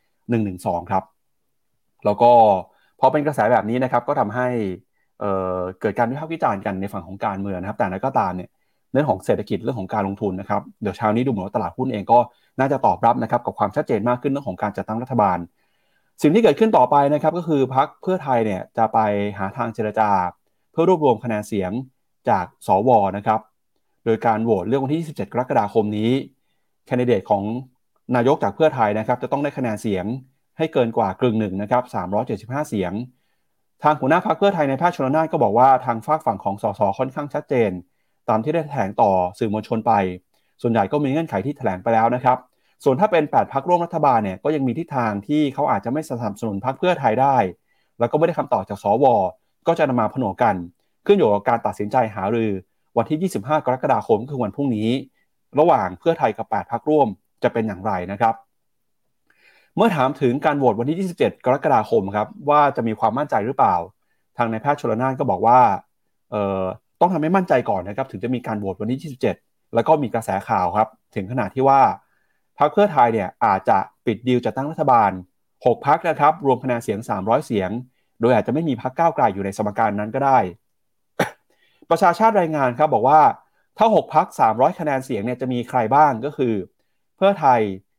112ครับแล้วก็พอเป็นกระแสแบบนี้นะครับก็ทำให้เกิดการวิพากษ์วิจารณ์กันในฝั่งของการเมืองนะครับแต่นั้นก็ตามเนี่ยเรื่องของเศรษฐกิจเรื่องของการลงทุนนะครับเดี๋ยวเช้านี้ดูเหมือนว่าตลาดหุ้นเองก็น่าจะตอบรับนะครับกับความชัดเจนมากขึ้นเรื่องของการจัดตั้งรัฐบาลสิ่งที่เกิดขึ้นต่อไปนะครับก็คือพรรคเพื่อไทยเนี่ยจะไปหาทางเจรจาเพื่อรวบรวมคะแนนเสียงจากสวนะครับโดยการโหวตเรื่องวันที่27กรกฎาคมนี้แคนดิเดตของนายกจากเพื่อไทยนะครับจะต้องได้คะแนนเสียงให้เกินกว่ากึ่งหนึ่งนะครับ375เสียงทางหัวหน้าพรรคเพื่อไทยในแพทย์ชลน่านก็บอกว่าทางฝากฝั่งของสสค่อนข้างชัดเจนตามที่ได้แถลงต่อสื่อมวลชนไปส่วนใหญ่ก็มีเงื่อนไขที่แถลงไปแล้วนะครับส่วนถ้าเป็น8พรรคร่วมรัฐบาลเนี่ยก็ยังมีทิศทางที่เขาอาจจะไม่สนับสนุนพรรคเพื่อไทยได้แล้วก็ไม่ได้คำตอบจากสวก็จะนำมาผนวกกันขึ้นอยู่กับการตัดสินใจหารือวันที่25กรกฎาคมคือวันพรุ่งนี้ระหว่างเพื่อไทยกับ8พรรคร่วมจะเป็นอย่างไรนะครับเมื่อถามถึงการโหวตวันที่27กรกฎาคมครับว่าจะมีความมั่นใจหรือเปล่าทางนายแพทย์ชลน่านก็บอกว่าต้องทำให้มั่นใจก่อนนะครับถึงจะมีการโหวตวันที่27แล้วก็มีกระแสข่าวครับถึงขนาดที่ว่าพรรคเพื่อไทยเนี่ยอาจจะปิดดีลจัดตั้งรัฐบาล6พรรคนะครับรวมคะแนนเสียง300เสียงโดยอาจจะไม่มีพรรคก้าวไกลอยู่ในสมการนั้นก็ได้ ประชาชาติรายงานครับบอกว่าถ้า6พรรค300คะแนนเสียงเนี่ยจะมีใครบ้างก็คือเพื่อไทย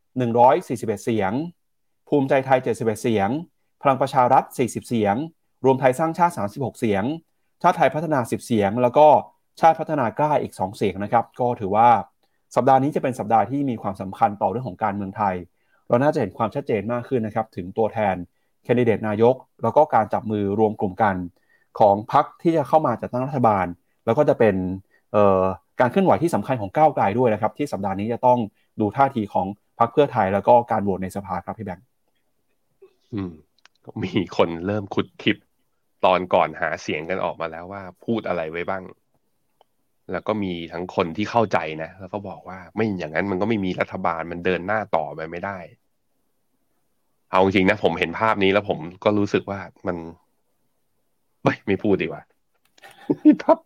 141เสียงภูมิใจไทย71เสียงพลังประชารัฐ40เสียงรวมไทยสร้างชาติ36เสียงชาติไทยพัฒนา10เสียงแล้วก็ชาติพัฒนากล้าอีก2เสียงนะครับก็ถือว่าสัปดาห์นี้จะเป็นสัปดาห์ที่มีความสำคัญต่อเรื่องของการเมืองไทยเราน่าจะเห็นความชัดเจนมากขึ้นนะครับถึงตัวแทนแคนดิเดตนายกแล้วก็การจับมือรวมกลุ่มกันของพรรคที่จะเข้ามาจัดตั้งรัฐบาลแล้วก็จะเป็นการเคลื่อนไหวที่สำคัญของก้าวไกลด้วยนะครับที่สัปดาห์นี้จะต้องดูท่าทีของพรรคเพื่อไทยแล้วก็การโหวตในสภาครับพี่แบงค์มีคนเริ่มขุดคลิปตอนก่อนหาเสียงกันออกมาแล้วว่าพูดอะไรไว้บ้างแล้วก็มีทั้งคนที่เข้าใจนะแล้วก็บอกว่าไม่อย่างนั้นมันก็ไม่มีรัฐบาลมันเดินหน้าต่อไปไม่ได้เอาจริงๆนะผมเห็นภาพนี้แล้วผมก็รู้สึกว่ามันไม่พูดดีกว่าครับ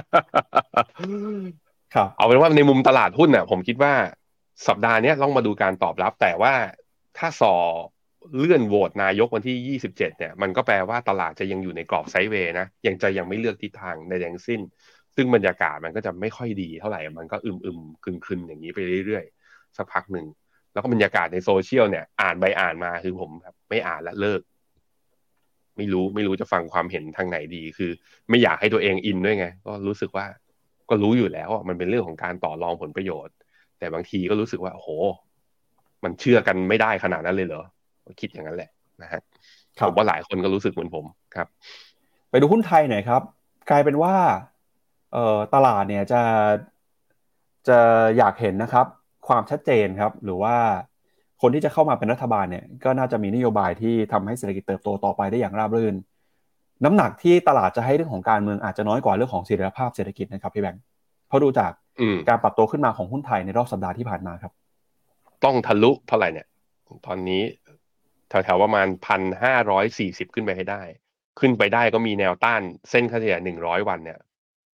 ครับเอาเป็นว่าในมุมตลาดหุ้นน่ะผมคิดว่าสัปดาห์นี้ต้องมาดูการตอบรับแต่ว่าถ้าเลื่อนโหวตนายกวันที่27เนี่ยมันก็แปลว่าตลาดจะยังอยู่ในกรอบไซด์เวย์นะยังไม่เลือกทิศทางใดทั้งสิ้นซึ่งบรรยากาศมันก็จะไม่ค่อยดีเท่าไหร่มันก็คึนอย่างนี้ไปเรื่อยๆสักพักหนึ่งแล้วก็บรรยากาศในโซเชียลเนี่ยอ่านไปอ่านมาคือผมครับไม่อ่านและเลิกไม่รู้จะฟังความเห็นทางไหนดีคือไม่อยากให้ตัวเองอินด้วยไงก็รู้สึกว่าก็รู้อยู่แล้วมันเป็นเรื่องของการต่อรองผลประโยชน์แต่บางทีก็รู้สึกว่าโอ้โหมันเชื่อกันไม่ได้ขนาดนั้นเลยเหรอคิดอย่างนั้นแหละนะฮะผมว่าหลายคนก็รู้สึกเหมือนผมครับไปดูหุ้นไทยหน่อยครับกลายเป็นว่าตลาดเนี่ยจะอยากเห็นนะครับความชัดเจนครับหรือว่าคนที่จะเข้ามาเป็นรัฐบาลเนี่ยก็น่าจะมีนโยบายที่ทำให้เศรษฐกิจเติบโตต่อไปได้อย่างราบรื่นน้ำหนักที่ตลาดจะให้เรื่องของการเมืองอาจจะน้อยกว่าเรื่องของเสถียรภาพเศรษฐกิจนะครับพี่แบงค์เพราะดูจากการปรับตัวขึ้นมาของหุ้นไทยในรอบสัปดาห์ที่ผ่านมาครับต้องทะลุเท่าไหร่เนี่ยตอนนี้แถวๆประมาณ 1,540 ขึ้นไปให้ได้ขึ้นไปได้ก็มีแนวต้านเส้นค่าเฉลี่ย100วันเนี่ย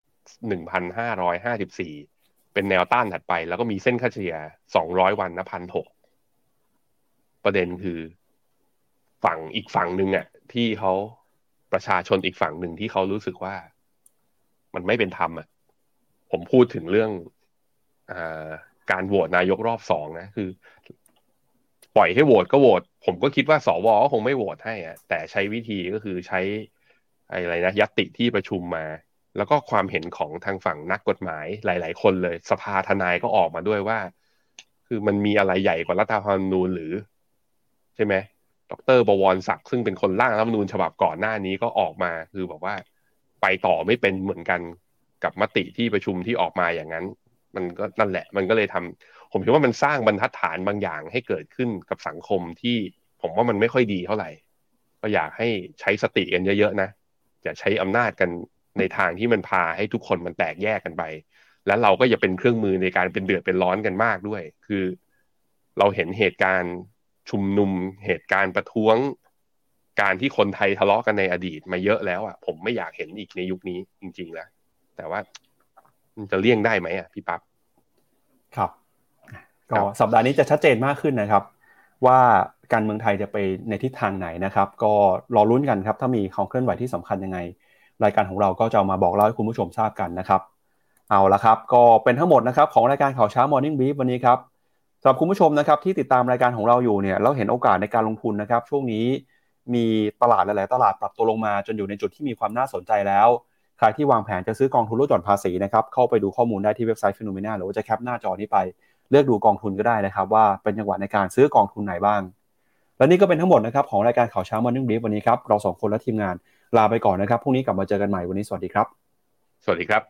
1,554 เป็นแนวต้านถัดไปแล้วก็มีเส้นค่าเฉลี่ย200วันนะ 1,600 ประเด็นคืออีกฝั่งนึงอ่ะที่เขาประชาชนอีกฝั่งหนึ่งที่เขารู้สึกว่ามันไม่เป็นธรรมอ่ะผมพูดถึงเรื่องการโหวตนายกรอบ2นะคือปล่อยให้โหวตก็โหวตผมก็คิดว่าสวก็คงไม่โหวตให้อ่ะแต่ใช้วิธีก็คือใช้อะไรนะญัตติที่ประชุมมาแล้วก็ความเห็นของทางฝั่งนักกฎหมายหลายๆคนเลยสภาทนายก็ออกมาด้วยว่าคือมันมีอะไรใหญ่กว่ารัฐธรรมนูญหรือใช่ไหมดร.บวรศักดิ์ซึ่งเป็นคนร่างรัฐธรรมนูญฉบับก่อนหน้านี้ก็ออกมาคือบอกว่าไปต่อไม่เป็นเหมือนกันกับมติที่ประชุมที่ออกมาอย่างนั้นมันก็นั่นแหละมันก็เลยทำผมคิดว่ามันสร้างบรรทัดฐานบางอย่างให้เกิดขึ้นกับสังคมที่ผมว่ามันไม่ค่อยดีเท่าไหร่ก็อยากให้ใช้สติกันเยอะๆนะอย่าใช้อำนาจกันในทางที่มันพาให้ทุกคนมันแตกแยกกันไปแล้วเราก็อย่าเป็นเครื่องมือในการเป็นเดือดเป็นร้อนกันมากด้วยคือเราเห็นเหตุการณ์ชุมนุมเหตุการณ์ประท้วงการที่คนไทยทะเลาะกันในอดีตมาเยอะแล้วอ่ะผมไม่อยากเห็นอีกในยุคนี้จริงๆแล้วแต่ว่ามันจะเลี่ยงได้ไหมอ่ะพี่ปั๊บครับก็สัปดาห์นี้จะชัดเจนมากขึ้นนะครับว่าการเมืองไทยจะไปในทิศทางไหนนะครับก็รอลุ้นกันครับถ้ามีความเคลื่อนไหวที่สำคัญยังไงรายการของเราก็จะมาบอกเล่าให้คุณผู้ชมทราบกันนะครับเอาละครับก็เป็นทั้งหมดนะครับของรายการข่าวเช้า Morning Brief วันนี้ครับสำหรับคุณผู้ชมนะครับที่ติดตามรายการของเราอยู่เนี่ยแล้วเห็นโอกาสในการลงทุนนะครับช่วงนี้มีตลาดหลายๆตลาดปรับตัวลงมาจนอยู่ในจุดที่มีความน่าสนใจแล้วใครที่วางแผนจะซื้อกองทุนลดหย่อนภาษีนะครับเข้าไปดูข้อมูลได้ที่เว็บไซต์ Phenomena หรือว่าจะแคปหน้าจอนี้ไปเลือกดูกองทุนก็ได้นะครับว่าเป็นจังหวะในการซื้อกองทุนไหนบ้างและนี่ก็เป็นทั้งหมดนะครับของรายการข่าวเช้า Morning Brief วันนี้ครับเรา2คนและทีมงานลาไปก่อนนะครับพรุ่งนี้กลับมาเจอกันใหม่วันนี้สวัสดีครับสวัสดีครับ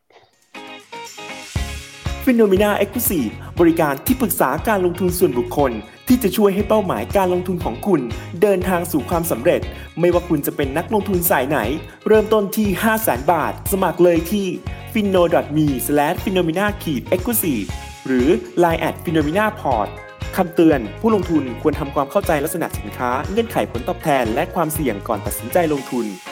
Phenomena Exclusive บริการที่ปรึกษาการลงทุนส่วนบุคคลที่จะช่วยให้เป้าหมายการลงทุนของคุณเดินทางสู่ความสำเร็จไม่ว่าคุณจะเป็นนักลงทุนสายไหนเริ่มต้นที่ 500,000 บาทสมัครเลยที่ finno.me/phenomena-exclusive หรือ Line @phenomena-port คำเตือนผู้ลงทุนควรทำความเข้าใจลักษณะสินค้าเงื่อนไขผลตอบแทนและความเสี่ยงก่อนตัดสินใจลงทุน